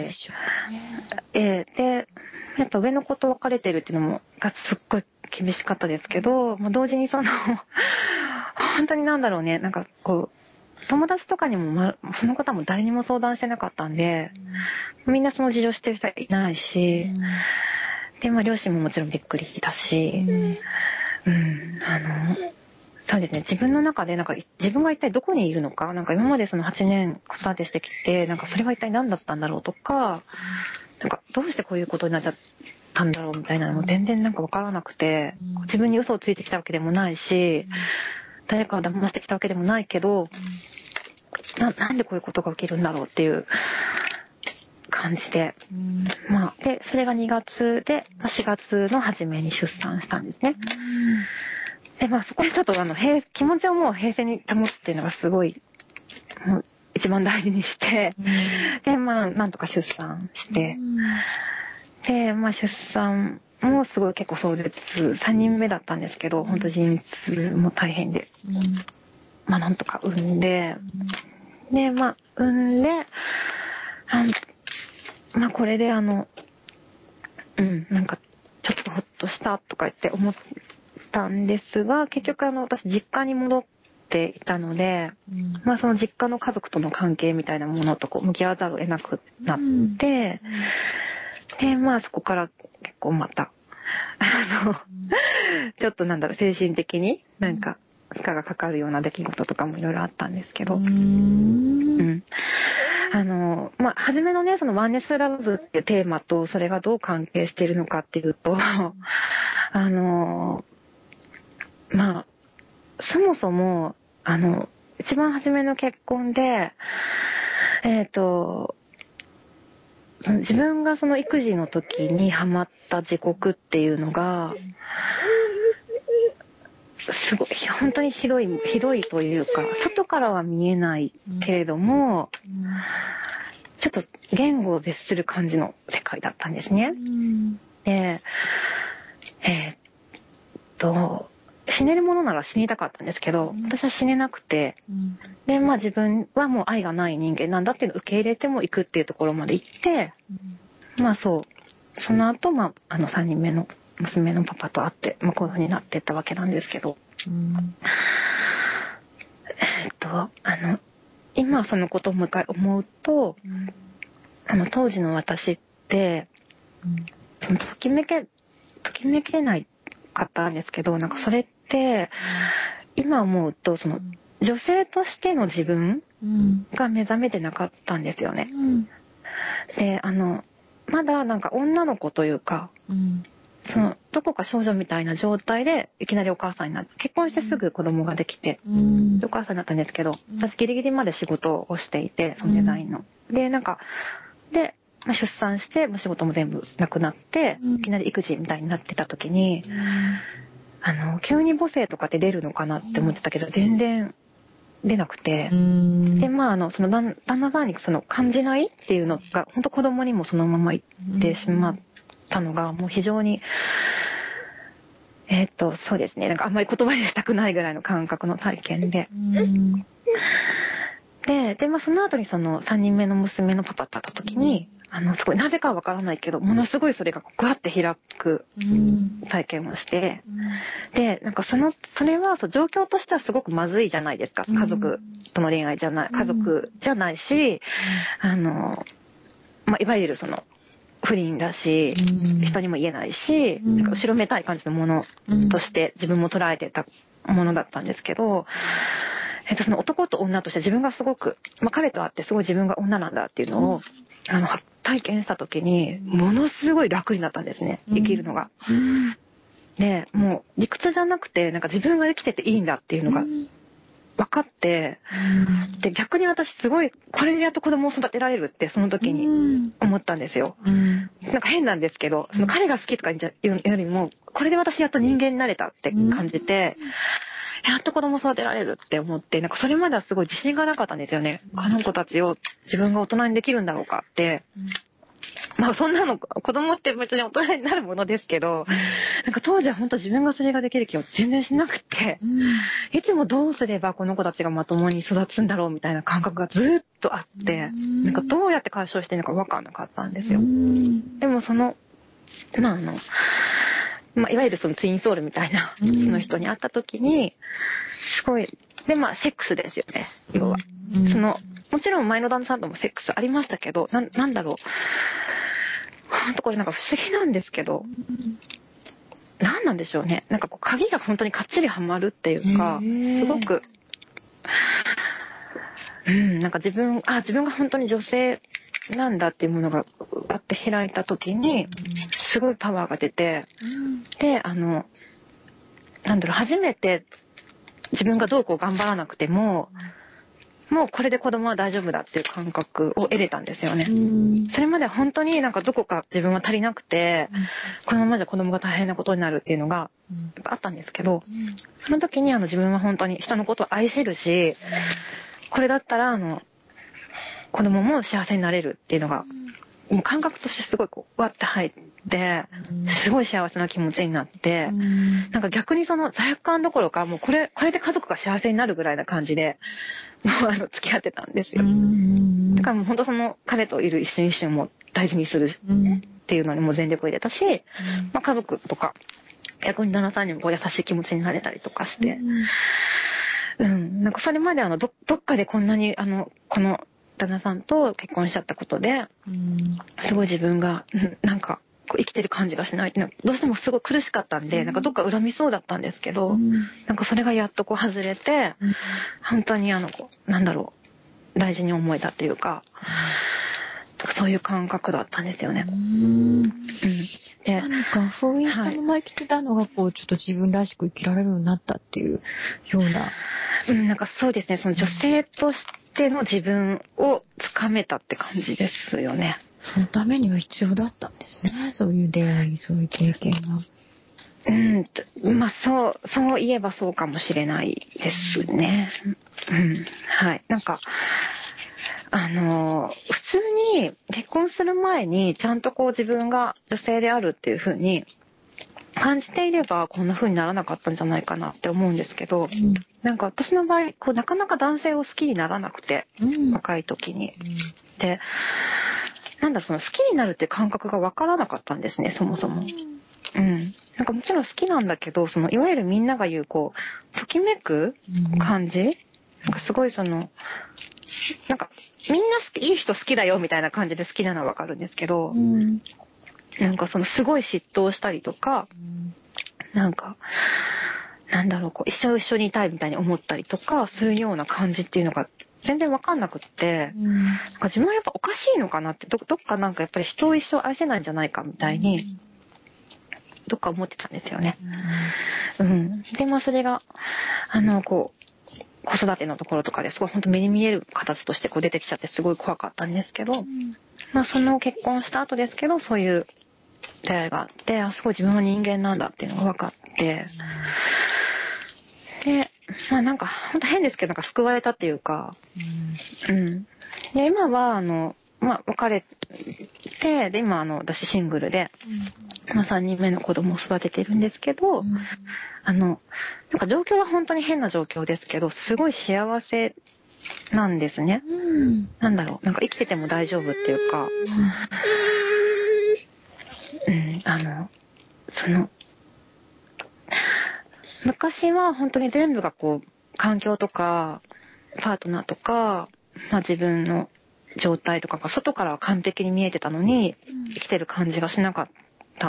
で、やっぱ上の子と別れてるっていうのも、がすっごい厳しかったですけど、まあ同時に本当になんだろうね、なんかこう、友達とかにも、その方も誰にも相談してなかったんで、みんなその事情知ってる人はいないし、で、まあ両親ももちろんびっくりしたし、そうですね、自分の中でなんか自分が一体どこにいるのか、なんか今までその8年子育てしてきて、なんかそれは一体何だったんだろうとか、なんかどうしてこういうことになっちゃったんだろうみたいなのも全然なんかわからなくて、自分に嘘をついてきたわけでもないし、誰かを騙してきたわけでもないけど、なんでこういうことが起きるんだろうっていう感じで、まあ、で、それが2月で、4月の初めに出産したんですね。で、まあそこでちょっと気持ちをもう平静に保つっていうのがすごい、もう一番大事にして、で、まあなんとか出産して、で、まあ出産もすごい結構壮絶、3人目だったんですけど、本当陣痛も大変で、まあなんとか産んで、で、まあ産んで、まあこれでなんかちょっとほっとしたとか言って思ったんですが、結局私実家に戻っていたので、まあその実家の家族との関係みたいなものとこう向き合わざるを得なくなって、で、まあそこから結構また、ちょっとなんだろう、精神的になんか負荷がかかるような出来事とかもいろいろあったんですけど、まあ、初めのね、そのワンネスラブっていうテーマとそれがどう関係しているのかっていうと、まあ、そもそも、一番初めの結婚で、自分がその育児の時にハマった地獄っていうのが、すごい、本当にひどいというか、外からは見えないけれども、ちょっと言語を絶する感じの世界だったんですね。で、死ねるものなら死にたかったんですけど、私は死ねなくて、で、まあ自分はもう愛がない人間なんだっていうのを受け入れても行くっていうところまで行って、まあそう、その後、まあ、3人目の娘のパパと会って、まあこういう風になっていったわけなんですけど、今そのことをもう一回思うと、当時の私って、そのときめけないかったんですけど、なんかそれって、今思うと、その、女性としての自分が目覚めてなかったんですよね。で、まだなんか女の子というか、その、どこか少女みたいな状態でいきなりお母さんになって、結婚してすぐ子供ができて、お母さんになったんですけど、私ギリギリまで仕事をしていて、そのデザインの。で、なんか、で、まあ、出産して、仕事も全部なくなって、いきなり育児みたいになってた時に、急に母性とかって出るのかなって思ってたけど、全然出なくて、で、まあ、その旦那さんにその感じないっていうのが、本当子供にもそのまま言ってしまったのが、もう非常に、そうですね、なんかあんまり言葉にしたくないぐらいの感覚の体験で。で、まあ、その後にその3人目の娘のパパと会った時に、すごい、なぜかはわからないけど、ものすごいそれがグワッて開く体験をして、で、なんかそれは状況としてはすごくまずいじゃないですか。家族との恋愛じゃない、家族じゃないし、まあ、いわゆるその、不倫だし、人にも言えないし、なんか後ろめたい感じのものとして自分も捉えてたものだったんですけど、その男と女として自分がすごく、まあ、彼と会ってすごい自分が女なんだっていうのを、体験した時に、ものすごい楽になったんですね、生きるのが。で、もう理屈じゃなくて、なんか自分が生きてていいんだっていうのが分かって、で、逆に私すごい、これでやっと子供を育てられるってその時に思ったんですよ。なんか変なんですけど、その彼が好きとかいうよりも、これで私やっと人間になれたって感じて、やっと子供育てられるって思って、なんかそれまではすごい自信がなかったんですよね。この子たちを自分が大人にできるんだろうかって。まあそんなの、子供って別に大人になるものですけど、なんか当時は本当自分がそれができる気を全然しなくて、いつもどうすればこの子たちがまともに育つんだろうみたいな感覚がずっとあって、なんかどうやって解消していいのか分かんなかったんですよ。でもその、いわゆるそのツインソウルみたいなその人に会った時に、すごい、でセックスですよね、要は。もちろん前の旦那さんともセックスありましたけど、なんだろう。ほんとこれなんか不思議なんですけど、何なんでしょうね。なんかこう鍵が本当にかっちりはまるっていうか、すごく、なんか自分が本当に女性なんだっていうものがあって開いた時に、すごいパワーが出て、で、初めて自分がどうこう頑張らなくても、もうこれで子供は大丈夫だっていう感覚を得れたんですよね。それまでは本当になんかどこか自分は足りなくて、このままじゃ子供が大変なことになるっていうのがあったんですけど、その時に自分は本当に人のことを愛せるし、これだったら子供も幸せになれるっていうのが、もう感覚としてすごいこうわって入って、すごい幸せな気持ちになって、なんか逆にその罪悪感どころか、もうこれで家族が幸せになるぐらいな感じで、もう付き合ってたんですよ。だからもう本当その彼といる一瞬一瞬も大事にするっていうのにも全力を入れたし、家族とか逆に旦那さんにもこう優しい気持ちになれたりとかして、なんかそれまでどっかでこんなにこの旦那さんと結婚しちゃったことで、すごい自分がなんかこう生きてる感じがしないっていうのはどうしてもすごい苦しかったんで、なんかどっか恨みそうだったんですけど、なんかそれがやっとこう外れて、本当になんだろう、大事に思えたっていうか、そういう感覚だったんですよね。 で、何か封印したまま生きてたのがこうちょっと自分らしく生きられるようになったっていうような。 なんかそうですね、その女性としての自分をつかめたって感じですよね。 そのためには必要だったんですね。そういう出会い、そういう経験が。 そう言えばそうかもしれないですね。はい。なんか、普通に結婚する前にちゃんとこう自分が女性であるっていう風に感じていればこんな風にならなかったんじゃないかなって思うんですけど、なんか私の場合こうなかなか男性を好きにならなくて、若い時に。で、その好きになるって感覚がわからなかったんですね、そもそも。なんかもちろん好きなんだけど、いわゆるみんなが言うこう、ときめく感じ、なんかすごいなんかみんないい人好きだよみたいな感じで好きなのはわかるんですけど、なんかすごい嫉妬したりとか、なんか、なんだろう、こう一緒にいたいみたいに思ったりとかするような感じっていうのが全然わかんなくって、なんか自分はやっぱおかしいのかなって、どっかなんかやっぱり人を一生愛せないんじゃないかみたいに、どっか思ってたんですよね。で、それが、こう、子育てのところとかですごい本当目に見える形としてこう出てきちゃってすごい怖かったんですけど、その結婚した後ですけど、そういう出会いがあって、すごい自分は人間なんだっていうのが分かって、で、なんか本当変ですけど、なんか救われたっていうか、で、今は別れて、で、今私シングルで、3人目の子供を育ててるんですけど、なんか状況は本当に変な状況ですけど、すごい幸せなんですね。なんだろう、なんか生きてても大丈夫っていうか、昔は本当に全部がこう、環境とか、パートナーとか、自分の状態とかが外からは完璧に見えてたのに、生きてる感じがしなかった。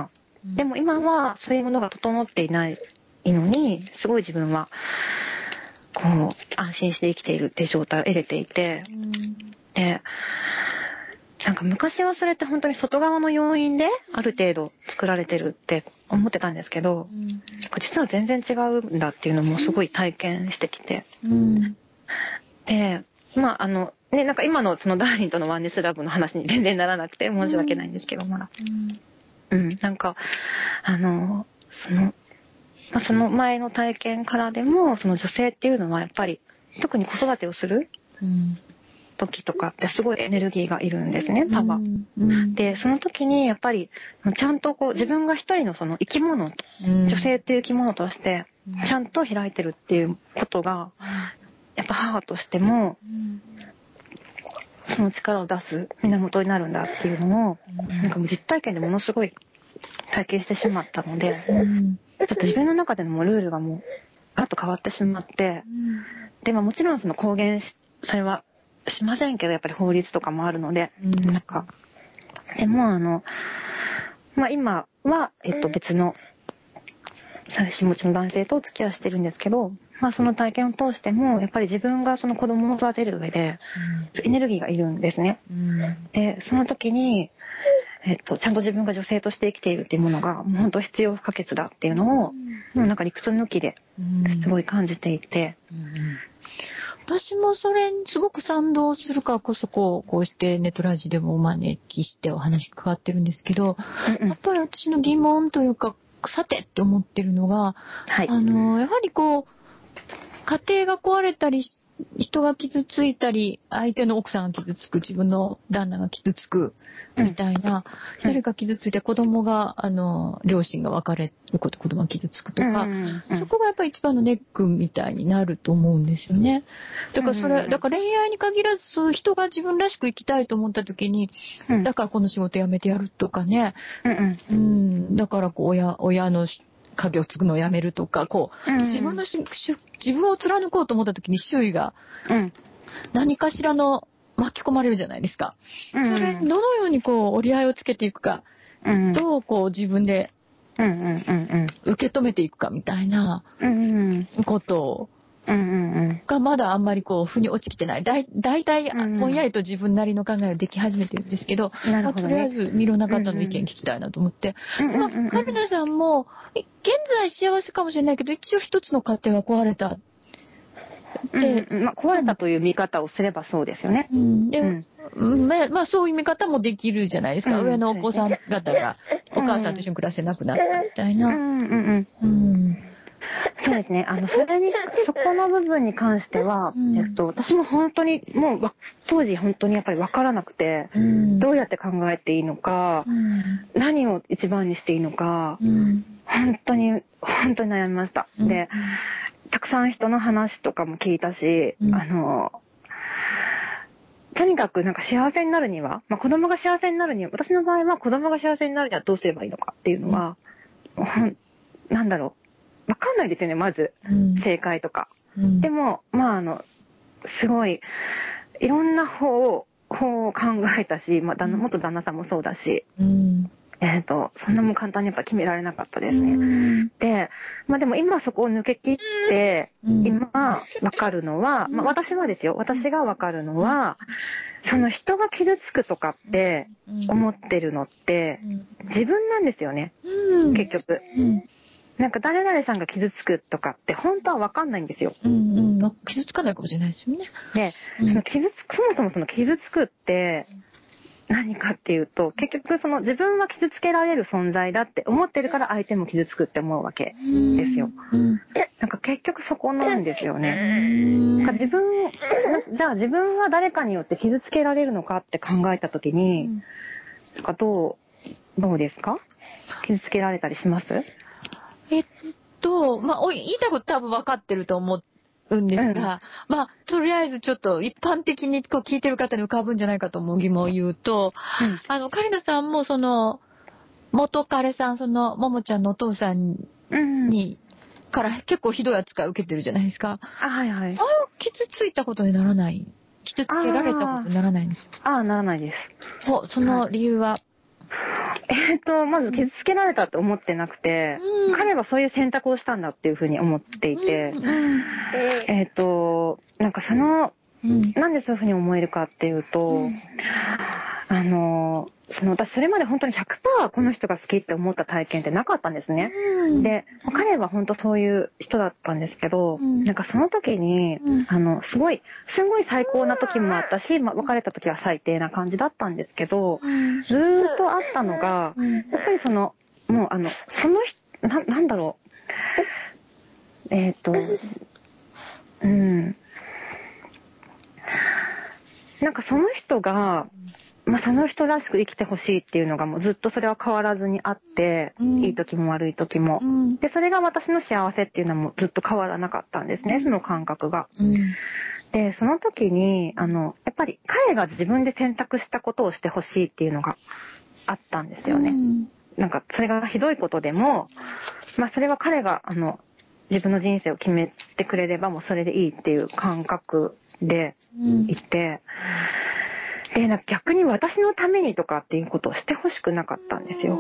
でも今はそういうものが整っていないのに、すごい自分は、こう、安心して生きているっていう状態を得れていて、で、なんか昔はそれって本当に外側の要因である程度作られてるって思ってたんですけど、実は全然違うんだっていうのもすごい体験してきて、 で、まあね、なんか今のそのダーリンとのワンネスラブの話に全然ならなくて申し訳ないんですけど、まだ。なんか、その前の体験からでも、その女性っていうのはやっぱり、特に子育てをする時とかってすごいエネルギーがいるんですね、パワー。で、その時にやっぱり、ちゃんとこう自分が一人のその生き物、女性っていう生き物として、ちゃんと開いてるっていうことが、やっぱ母としても、その力を出す源になるんだっていうのを、なんかもう実体験でものすごい体験してしまったので、ちょっと自分の中でのもうルールがもうガッと変わってしまって、で、もちろんその公言それはしませんけど、やっぱり法律とかもあるので、なんか、でもまあ今は、別の、妻子持ちの男性とお付き合いしてるんですけど、まあその体験を通しても、やっぱり自分がその子供を育てる上で、エネルギーがいるんですね。で、その時に、ちゃんと自分が女性として生きているっていうものが、もう本当必要不可欠だっていうのを、もうなんか理屈抜きですごい感じていて。 私もそれにすごく賛同するからこそこうしてネットラジでもお招きしてお話伺ってるんですけど、やっぱり私の疑問というか、さてって思ってるのが、やはりこう、家庭が壊れたり、人が傷ついたり、相手の奥さんが傷つく、自分の旦那が傷つく、みたいな、誰か傷ついて子供が、両親が別れること、子供が傷つくとか、そこがやっぱり一番のネックみたいになると思うんですよね。だから恋愛に限らず、そういう人が自分らしく生きたいと思った時に、だからこの仕事辞めてやるとかね、だからこう親の影を継ぐのをやめるとか、こう、自分を貫こうと思った時に周囲が、何かしらの巻き込まれるじゃないですか。それにどのようにこう折り合いをつけていくか、どうこう自分で受け止めていくかみたいなことがまだあんまりこう腑に落ちきてない。だいたいぼんやりと自分なりの考えをでき始めてるんですけど、とりあえずいろんな方の意見聞きたいなと思って。カリナさんも現在幸せかもしれないけど、一応一つの家庭が壊れた。 壊れたという見方をすればそうですよね。 まあそういう見方もできるじゃないですか。上のお子さん方がお母さんと一緒に暮らせなくなったみたいな。 そうですね。そこの部分に関しては、私も本当に、もう、当時本当にやっぱり分からなくて、どうやって考えていいのか、何を一番にしていいのか、本当に悩みました。で、たくさん人の話とかも聞いたし、とにかくなんか幸せになるには、子供が幸せになるには、私の場合は子供が幸せになるにはどうすればいいのかっていうのは、なんだろう。わかんないですよね、まず。正解とか。でも、すごい、いろんな方を考えたし、元旦那さんもそうだし、そんなもん簡単にやっぱ決められなかったですね。で、でも今そこを抜け切って、今わかるのは、私はですよ、私がわかるのは、その人が傷つくとかって思ってるのって、自分なんですよね、結局。なんか誰々さんが傷つくとかって本当は分かんないんですよ。 傷つかないかもしれないですよね。 で、そもそもその傷つくって何かっていうと、結局その自分は傷つけられる存在だって思ってるから相手も傷つくって思うわけですよ。なんか結局そこなんですよね。じゃあ自分は誰かによって傷つけられるのかって考えたときに、なんかどうですか？傷つけられたりします？ 言いたいこと多分分かってると思うんですが、とりあえずちょっと一般的にこう聞いてる方に浮かぶんじゃないかと思う疑問を言うと、カリナさんもその、元彼さん、その、ももちゃんのお父さんに、から結構ひどい扱いを受けてるじゃないですか。傷ついたことにならない？傷つけられたことにならないんですか？ ならないです。 その理由は？ まず傷つけられたって思ってなくて、彼はそういう選択をしたんだっていうふうに思っていて、なんかなんでそういうふうに思えるかっていうと、 私それまで本当に 100% この人が好きって思った体験ってなかったんですね。で、彼は本当そういう人だったんですけど、なんかその時に、すごい最高な時もあったし、別れた時は最低な感じだったんですけど、ずーっとあったのが、やっぱりもうなんだろう。なんかその人が、その人らしく生きてほしいっていうのがもうずっとそれは変わらずにあって、いい時も悪い時も。で、それが私の幸せっていうのはもうずっと変わらなかったんですね、その感覚が。で、その時に、やっぱり彼が自分で選択したことをしてほしいっていうのがあったんですよね。なんか、それがひどいことでも、それは彼が、自分の人生を決めてくれればもうそれでいいっていう感覚でいて、で、なんか逆に私のためにとかっていうことをしてほしくなかったんですよ。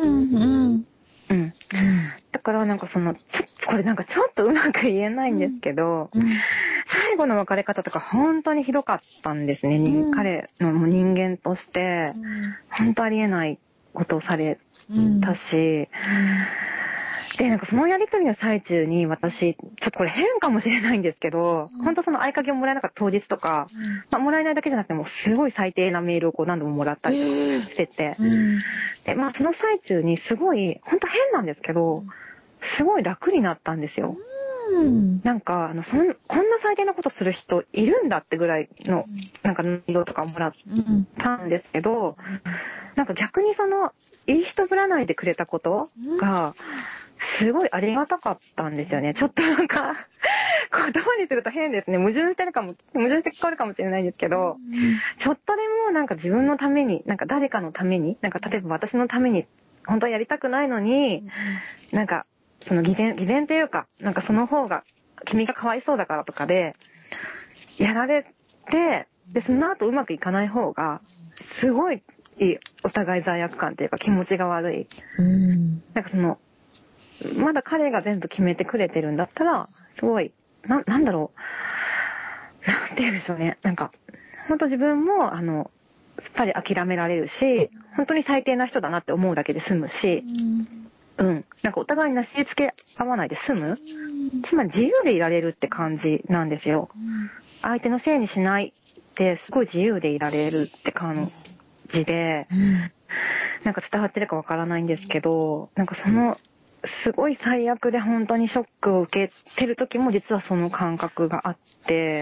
だからなんかこれなんかちょっとうまく言えないんですけど、最後の別れ方とか本当にひどかったんですね。彼のもう人間として、本当ありえないことをされたし、で、なんかそのやりとりの最中に私、ちょっとこれ変かもしれないんですけど、本当その合鍵をもらえなかった当日とか、もらえないだけじゃなくてもうすごい最低なメールをこう何度ももらったりとかしてて、で、その最中にすごい、本当変なんですけど、すごい楽になったんですよ。なんか、こんな最低なことする人いるんだってぐらいの、なんか、内容とかをもらったんですけど、なんか逆にいい人ぶらないでくれたことが、すごいありがたかったんですよね。ちょっとなんか、言葉にすると変ですね。矛盾して聞こえるかもしれないんですけど、ちょっとでもなんか自分のために、なんか誰かのために、なんか例えば私のために、本当はやりたくないのに、なんか、偽善というか、なんかその方が、君がかわいそうだからとかで、やられて、で、その後うまくいかない方が、すごい、お互い罪悪感というか気持ちが悪い。なんかまだ彼が全部決めてくれてるんだったら、すごい、なんだろう。なんて言うんでしょうね。なんか、本当自分も、すっぱり諦められるし、本当に最低な人だなって思うだけで済むし、なんかお互いになすりつけ合わないで済む。つまり自由でいられるって感じなんですよ。相手のせいにしないってすごい自由でいられるって感じで、なんか伝わってるかわからないんですけど、なんかすごい最悪で本当にショックを受けてる時も実はその感覚があって。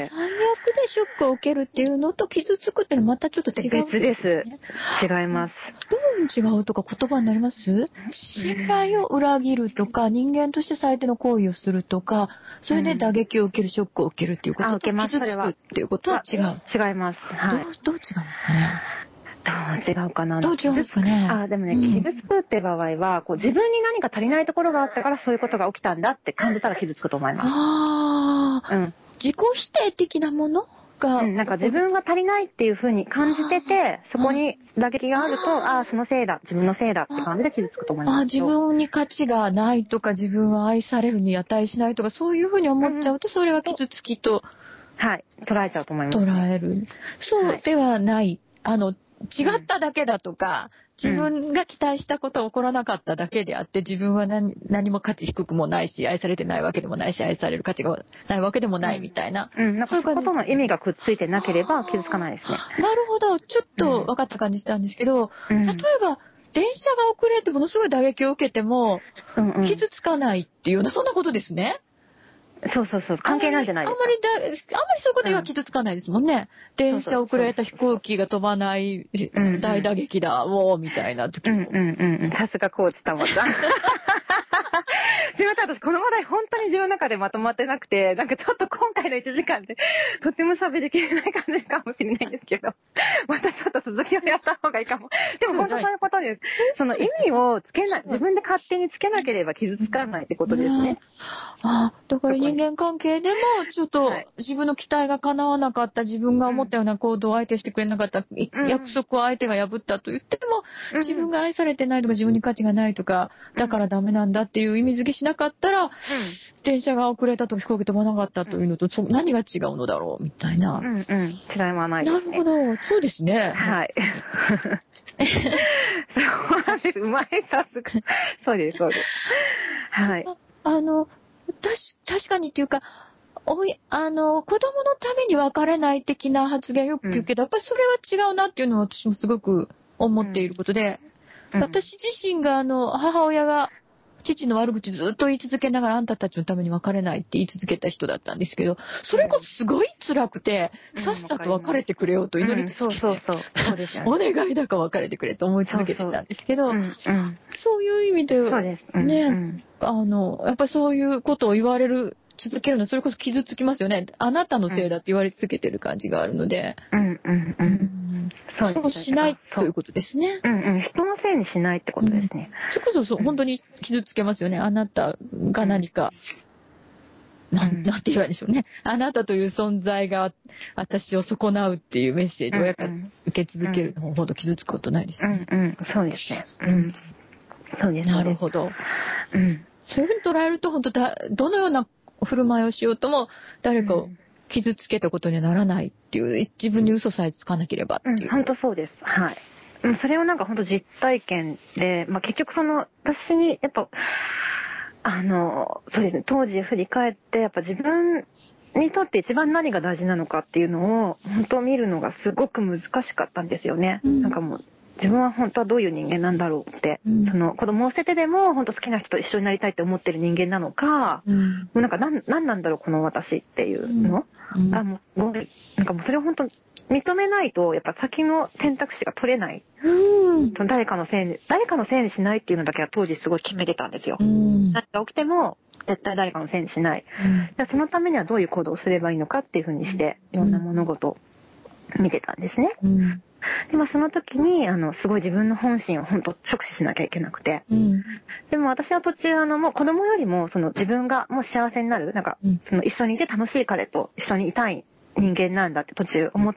最悪でショックを受けるっていうのと傷つくっていうのはまたちょっと違う、 別です。違います。 どういうふうに違うとか言葉になります？信頼を裏切るとか、人間として相手の行為をするとか、それで打撃を受ける、ショックを受けるっていうことと傷つくっていうことは違う。 違います。はい。 どう違うんですかね。 どう違うかな。 どう違うんですかね。 でもね、傷つくって場合は、こう自分に何か足りないところがあったからそういうことが起きたんだって感じたら傷つくと思います。 自己否定的なものが、 なんか自分が足りないっていう風に感じてて、そこに打撃があると、そのせいだ、自分のせいだって感じで傷つくと思います。 自分に価値がないとか、自分は愛されるに値しないとか、そういう風に思っちゃうと、それは傷つきと、 捉えちゃうと思います。 捉える。そうではない。違っただけだとか、自分が期待したことは起こらなかっただけであって、自分は何も価値低くもないし、愛されてないわけでもないし、愛される価値がないわけでもないみたいな。 なんかそういうことの意味がくっついてなければ傷つかないですね。 なるほど。ちょっと分かった感じしたんですけど、例えば、電車が遅れてものすごい打撃を受けても、傷つかないっていうような、そんなことですね。 そう。関係ないじゃないですか。 あんまりそういうことには傷つかないですもんね。電車遅れた飛行機が飛ばない大打撃だ、みたいな時も。 さすがコーチたまさん。すいません、私この話題本当に自分の中でまとまってなくて、なんかちょっと今回の1時間でとても喋りきれない感じかもしれないんですけど、またちょっと続きをやった方がいいかも。でも本当そういうことです。その意味をつけない、自分で勝手につけなければ傷つかないってことですね。 だから人間関係でも、ちょっと自分の期待が叶わなかった、自分が思ったような行動を相手してくれなかった、約束を相手が破ったと言っても、自分が愛されてないとか自分に価値がないとか、だからダメなんだっていう意味付けしなかったら、電車が遅れたとか飛行機飛ばなかったというのと、何が違うのだろうみたいな。 違いはないですね。 なるほど。そうですね。 はい。 です。うまい、さすが。そうです、そうです。はい。 確かにっていうか、子供のために別れない的な発言よく聞くけど、やっぱりそれは違うなっていうのは私もすごく思っていることで、私自身が母親が父の悪口ずっと言い続けながらあんたたちのために別れないって言い続けた人だったんですけど、それこそすごい辛くて、さっさと別れてくれようと祈り続けて、 そうですよね。 お願いだから別れてくれと思い続けてたんですけど、そういう意味で、 そうです。 ね、やっぱりそういうことを言われる、続けるの、それこそ傷つきますよね。あなたのせいだって言われ続けてる感じがあるので。そうしないということですね。 人のせいにしないってことですね。 それこそ本当に傷つけますよね。あなたが何か、なんて言われるんでしょうね。あなたという存在が私を損なうっていうメッセージをやっぱり受け続けるのほど傷つくことないですね。 そうですね。そうです。 なるほど。そういうふうに捉えると、本当どのような振る舞いをしようとも、誰かを傷つけたことにはならないっていう、自分に嘘さえつかなければっていう。 本当そうです。はい。それをなんか本当実体験で、結局私に、やっぱ、そうですね、当時振り返って、やっぱ自分にとって一番何が大事なのかっていうのを、本当見るのがすごく難しかったんですよね。なんかもう、自分は本当はどういう人間なんだろうって、子供を捨ててでも本当好きな人と一緒になりたいって思ってる人間なのか、もうなんか何なんだろうこの私っていうの、もうなんかもうそれを本当認めないとやっぱ先の選択肢が取れない。誰かのせいにしないっていうのだけは当時すごい決めてたんですよ。何が起きても絶対誰かのせいにしない。そのためにはどういう行動をすればいいのかっていうふうにしていろんな物事を見てたんですね。でその時にすごい自分の本心を本当直視しなきゃいけなくて、でも私は途中もう子供よりも自分がもう幸せになるなんか一緒にいて楽しい彼と一緒にいたい人間なんだって途中思って、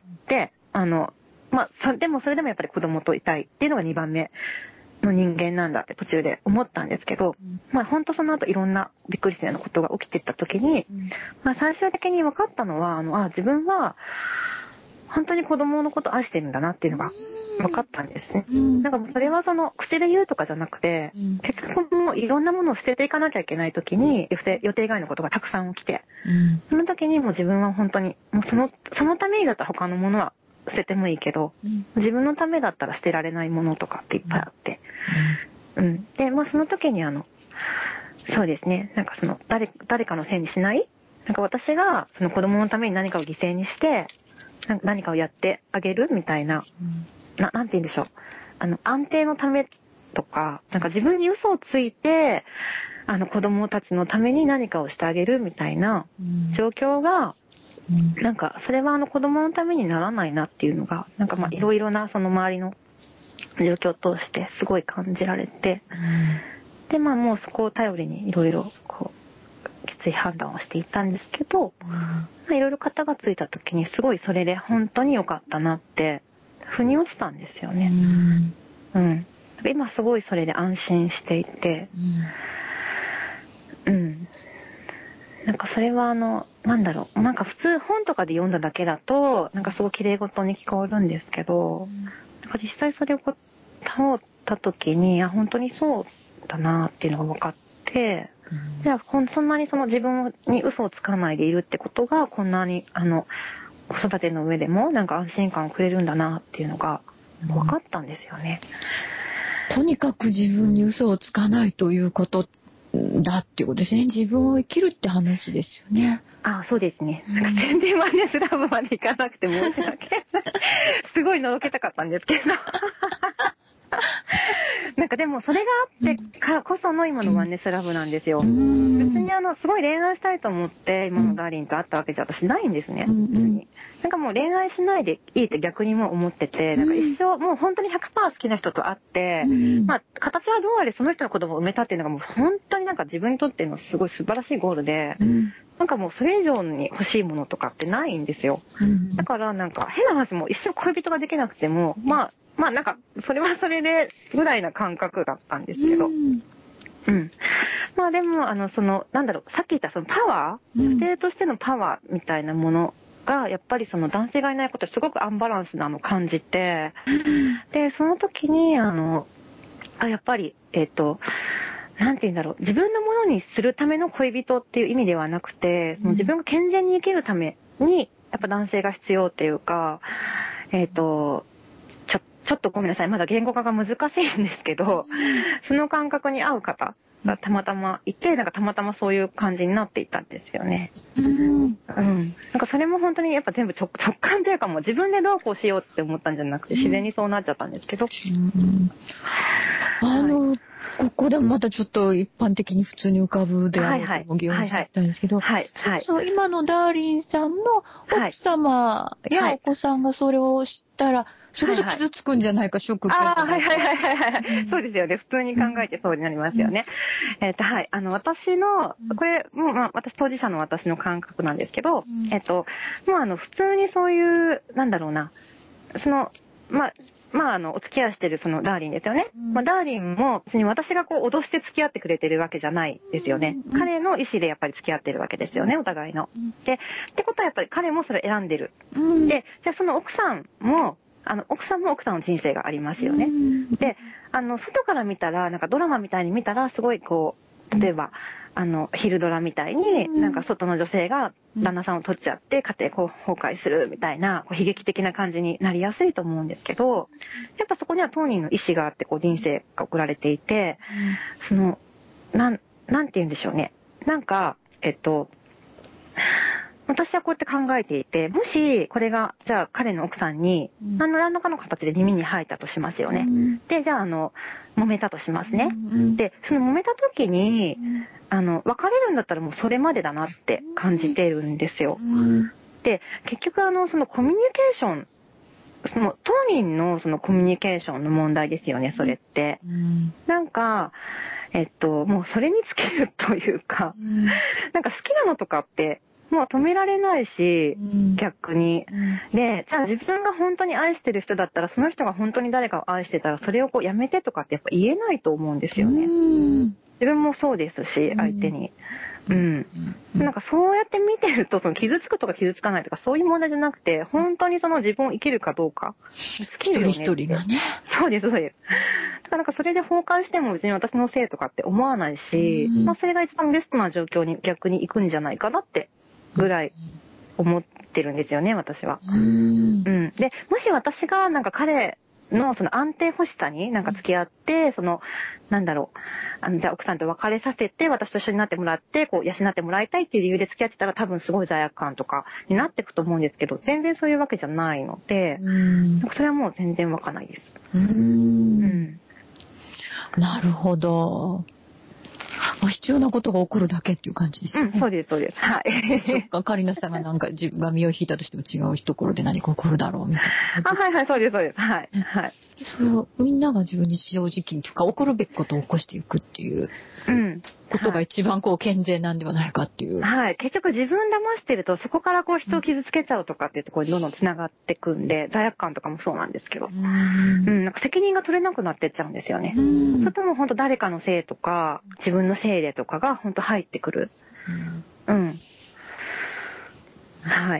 でもそれでもやっぱり子供といたいっていうのが2番目の人間なんだって途中で思ったんですけど、本当その後いろんなびっくりするようなことが起きていった時に、最終的に分かったのは自分は本当に子供のことを愛してるんだなっていうのが分かったんですね。なんかもうそれは口で言うとかじゃなくて、結局もういろんなものを捨てていかなきゃいけない時に予定外のことがたくさん起きて、その時にもう自分は本当にもうそのためにだったら他のものは捨ててもいいけど、自分のためだったら捨てられないものとかっていっぱいあって、でその時にそうですね、なんか誰かのせいにしない、なんか私が子供のために何かを犠牲にして何かをやってあげるみたいな、なんて言うんでしょう、安定のためとか、なんか自分に嘘をついて子供たちのために何かをしてあげるみたいな状況が、なんかそれは子供のためにならないなっていうのが、なんかいろいろな周りの状況を通してすごい感じられて、でもうそこを頼りにいろいろきつい判断をしていったんですけど、いろいろ型がついた時にすごいそれで本当に良かったなって腑に落ちたんですよね。今すごいそれで安心していて、なんかそれはなんだろう、なんか普通本とかで読んだだけだとなんかすごい綺麗事に聞こえるんですけど、なんか実際それを通った時に本当にそうだなっていうのが分かって、そんなに自分に嘘をつかないでいるってことがこんなに子育ての上でもなんか安心感をくれるんだなっていうのが分かったんですよね。 とにかく自分に嘘をつかないということだっていうことですね。自分を生きるって話ですよね。 そうですね。全然マネスラブまで行かなくて申し訳ない。すごいのろけたかったんですけど。なんかでもそれがあってからこその今のワンネスラブなんですよ。別にすごい恋愛したいと思って今のダーリンと会ったわけじゃ私ないんですね。なんかもう恋愛しないでいいって逆にも思ってて、なんか一生もう本当に 100% 好きな人と会って、形はどうあれその人の子供を産めたっていうのがもう本当になんか自分にとってのすごい素晴らしいゴールで、なんかもうそれ以上に欲しいものとかってないんですよ。だからなんか変な話も一生恋人ができなくても、なんかそれはそれでぐらいな感覚だったんですけど、でもなんだろう、さっき言ったパワー、女性としてのパワーみたいなものがやっぱり男性がいないことすごくアンバランスなのを感じて、でその時にやっぱり、なんて言うんだろう、自分のものにするための恋人っていう意味ではなくて、その自分が健全に生きるために、やっぱ男性が必要っていうか、ちょっとごめんなさい、まだ言語化が難しいんですけど、その感覚に合う方がたまたまいて、なんかたまたまそういう感じになっていたんですよね。なんかそれも本当にやっぱ全部直感というか、もう自分でどうこうしようって思ったんじゃなくて、自然にそうなっちゃったんですけど。 ここでもまたちょっと一般的に普通に浮かぶであろうとも議論していたんですけど、そう今のダーリンさんの奥様やお子さんがそれを知ったら、それこそ傷つくんじゃないか、ショック受けるんじゃないか。 そうですよね。普通に考えてそうになりますよね。私の、これ、もう、当事者の私の感覚なんですけど、もう普通にそういう、なんだろうな、お付き合いしてるそのダーリンですよね。ダーリンも別に私がこう脅して付き合ってくれてるわけじゃないですよね。彼の意思でやっぱり付き合ってるわけですよね、お互いの。で、ってことはやっぱり彼もそれ選んでる。で、じゃあその奥さんも奥さんの人生がありますよね。で、外から見たら、なんかドラマみたいに見たら、すごいこう、例えば、昼ドラみたいに、なんか外の女性が旦那さんを取っちゃって家庭崩壊するみたいな、こう悲劇的な感じになりやすいと思うんですけど、やっぱそこには当人の意思があって、こう人生が送られていて、なんて言うんでしょうね。なんか、私はこうやって考えていて、もしこれが、じゃあ彼の奥さんに、何らかの形で耳に入ったとしますよね。で、じゃあ揉めたとしますね。で、その揉めた時に、別れるんだったらもうそれまでだなって感じてるんですよ。で、結局そのコミュニケーション、その当人のそのコミュニケーションの問題ですよね、それって。なんか、もうそれに尽きるというか、なんか好きなのとかって、もう止められないし、逆に。で、じゃあ自分が本当に愛してる人だったら、その人が本当に誰かを愛してたら、それをこうやめてとかってやっぱ言えないと思うんですよね。自分もそうですし、相手に。なんかそうやって見てると、その傷つくとか傷つかないとかそういう問題じゃなくて、本当にその自分を生きるかどうか。好きだよね。 一人一人がね。 そうです、そうです。だからなんかそれで崩壊しても別に私のせいとかって思わないし、それが一番ベストな状況に逆に行くんじゃないかなってぐらい思ってるんですよね、私は。で、もし私がなんか彼のその安定欲しさになんか付き合って、なんだろう、じゃあ奥さんと別れさせて、私と一緒になってもらって、こう、養ってもらいたいっていう理由で付き合ってたら多分すごい罪悪感とかになっていくと思うんですけど、全然そういうわけじゃないので、なんかそれはもう全然わかんないです。 なるほど。必要なことが起こるだけっていう感じですね。 そうです、そうです。はい。 そっか、カリナさんがなんか自分が身を引いたとしても違うところで何か起こるだろうみたいな。 はい、そうです、そうです。はい。 それをみんなが自分に正直にというか起こるべきことを起こしていくっていうことが一番こう健全なんではないかっていう。 はい。結局自分騙してるとそこからこう人を傷つけちゃうとかっていうところにどんどん繋がってくんで、罪悪感とかもそうなんですけど。なんか責任が取れなくなってっちゃうんですよね。それとも本当誰かのせいとか、自分のせいでとかが本当入ってくる。はい。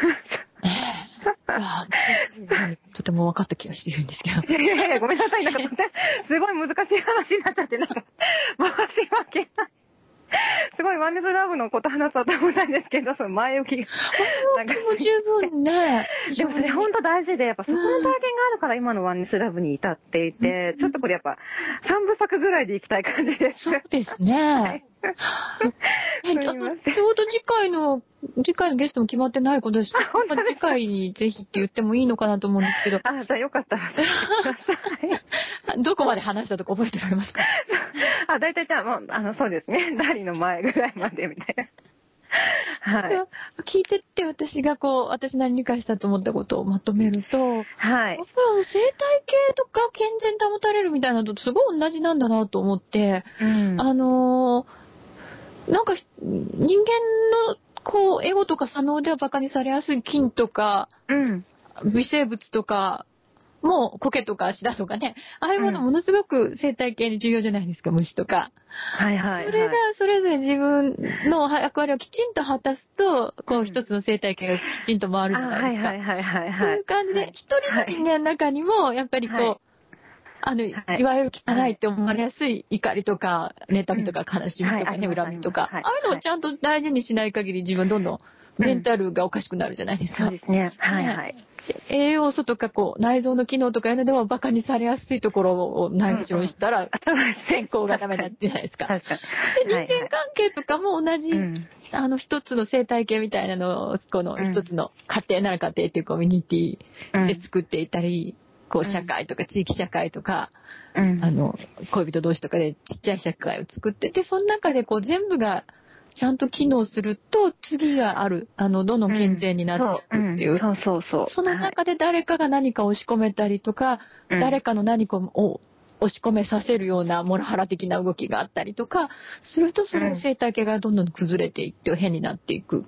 とても分かった気がしているんですけど。 ごめんなさい。なんかすごい難しい話になっちゃって、なんか、申し訳ない。すごいワンネスラブのこと話そうと思ったんですけど、その前置きが。 なんかもう十分ね。 でもそれ本当大事で、やっぱそこの体験があるから今のワンネスラブに至っていて、ちょっとこれやっぱ3部作ぐらいでいきたい感じです。 そうですね。ちょうど次回のゲストも決まってないことですけど、次回にぜひって言ってもいいのかなと思うんですけど。 じゃあよかったらください。どこまで話したとか覚えてられますか？ だいたいじゃあもう、そうですね。ダリの前ぐらいまでみたいな。はい。 聞いてって私なりに理解したと思ったことをまとめると、 はい。 やっぱり生態系とか健全保たれるみたいなのとすごい同じなんだなと思って、なんか人間のこうエゴとか左脳ではバカにされやすい菌とか、微生物とかもう苔とか足だとかね、ああいうものものすごく生態系に重要じゃないですか、虫とか。 はいはい、はい。 それがそれぞれ自分の役割をきちんと果たすと、こう一つの生態系がきちんと回るじゃないですか。そういう感じで、一人の人間の中にも、やっぱりこう、 いわゆる汚いって思われやすい怒りとか、妬みとか悲しみとかね、恨みとか、ああいうのをちゃんと大事にしない限り自分どんどんメンタルがおかしくなるじゃないですか。 そうですね。はいはい。 栄養素とか内臓の機能とかいうのでもバカにされやすいところをないしろにしたら、健康がダメだってじゃないですか。 確かに。 で、人間関係とかも同じ、一つの生態系みたいなのを、この一つの家庭なら家庭っていうコミュニティで作っていたり、社会とか地域社会とか、恋人同士とかでちっちゃい社会を作ってて、その中で全部がちゃんと機能すると、次がある、どんどん健全になっていくっていう。その中で誰かが何か押し込めたりとか、誰かの何かを押し込めさせるようなモラハラ的な動きがあったりとか、するとその生態系がどんどん崩れていって変になっていく。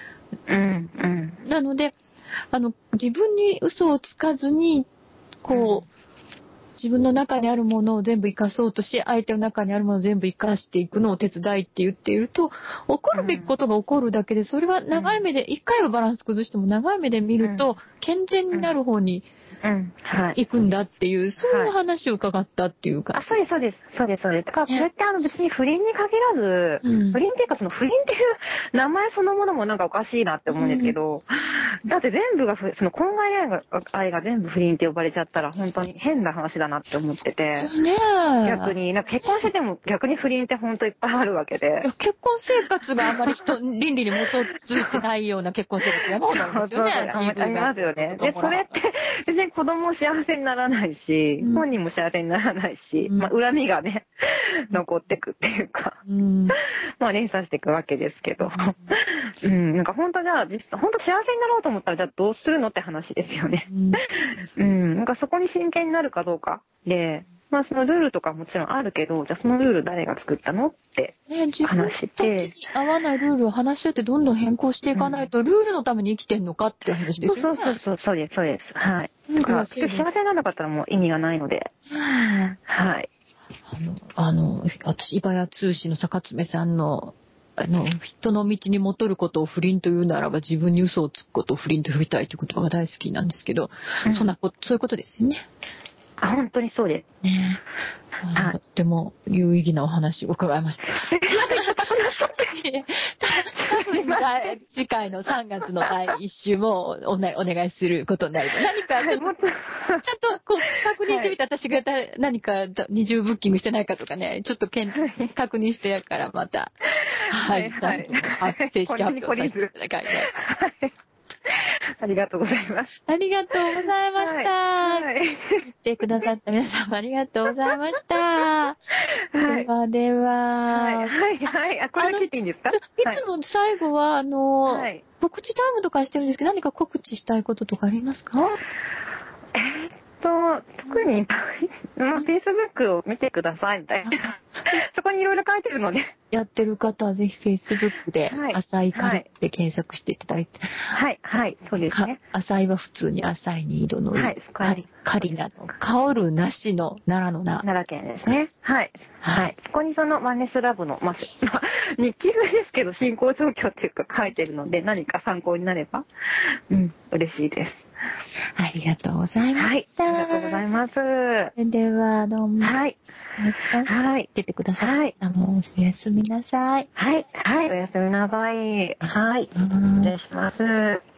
なので、自分に嘘をつかずに、自分の中にあるものを全部活かそうとし、相手の中にあるものを全部活かしていくのを手伝いって言っていると、起こるべきことが起こるだけで、それは長い目で、一回はバランス崩しても長い目で見ると、健全になる方に行くんだっていう、そういう話を伺ったっていうか。 そうです。だからこれって別に不倫に限らず、不倫っていうか不倫っていう名前そのものもなんかおかしいなって思うんですけど、だって全部が、その婚外愛が全部不倫って呼ばれちゃったら本当に変な話だなって思ってて、逆に、なんか結婚してても逆に不倫って本当いっぱいあるわけで。 結婚生活があまり倫理に基づいてないような結婚生活が多いんですよね。 ありますよね。で、それって別に子供も幸せにならないし、本人も幸せにならないし、恨みがね、残ってくっていうか、連鎖していくわけですけど、なんか本当幸せになろうと思ったらじゃあどうするのって話ですよね。なんかそこに真剣になるかどうかで、そのルールとかもちろんあるけど、じゃあそのルール誰が作ったのって話して。 自分たちに合わないルールを話し合ってどんどん変更していかないと、ルールのために生きてんのかって話ですよね。 そうです。はい。だから幸せにならなかったらもう意味がないので。はい。 私、岩屋通信の坂爪さんの、人の道に戻ることを不倫というならば自分に嘘をつくことを不倫と呼びたいという言葉が大好きなんですけど、そういうことですよね。 本当にそうです。 ね。とても有意義なお話を伺いました。多分次回の3月の第1週もお願いすることになる。何かちょっと確認してみて、私が何か二重ブッキングしてないかとかね、ちょっと確認してやからまた、正式発表させていただきたい。 ありがとうございます。 ありがとうございました。来てくださった皆様ありがとうございました。では。 これ切っていいんですか？ いつも最後は、告知タイムとかしてるんですけど、何か告知したいこととかありますか？ 特に、Facebook を見てくださいみたいな。そこにいろいろ書いてるので。 やってる方はぜひ Facebook で、浅いカリって検索していただいて。 そうですね。 浅いは普通に浅いに井戸のカリなの。香るなしの奈良の奈良県ですね。そこにそのワンネスラブの、日記風ですけど進行状況っていうか書いてるので、何か参考になれば、嬉しいです。 ありがとうございました。 ありがとうございます。 では、どうも。出てください。おやすみなさい。 おやすみなさい。失礼します。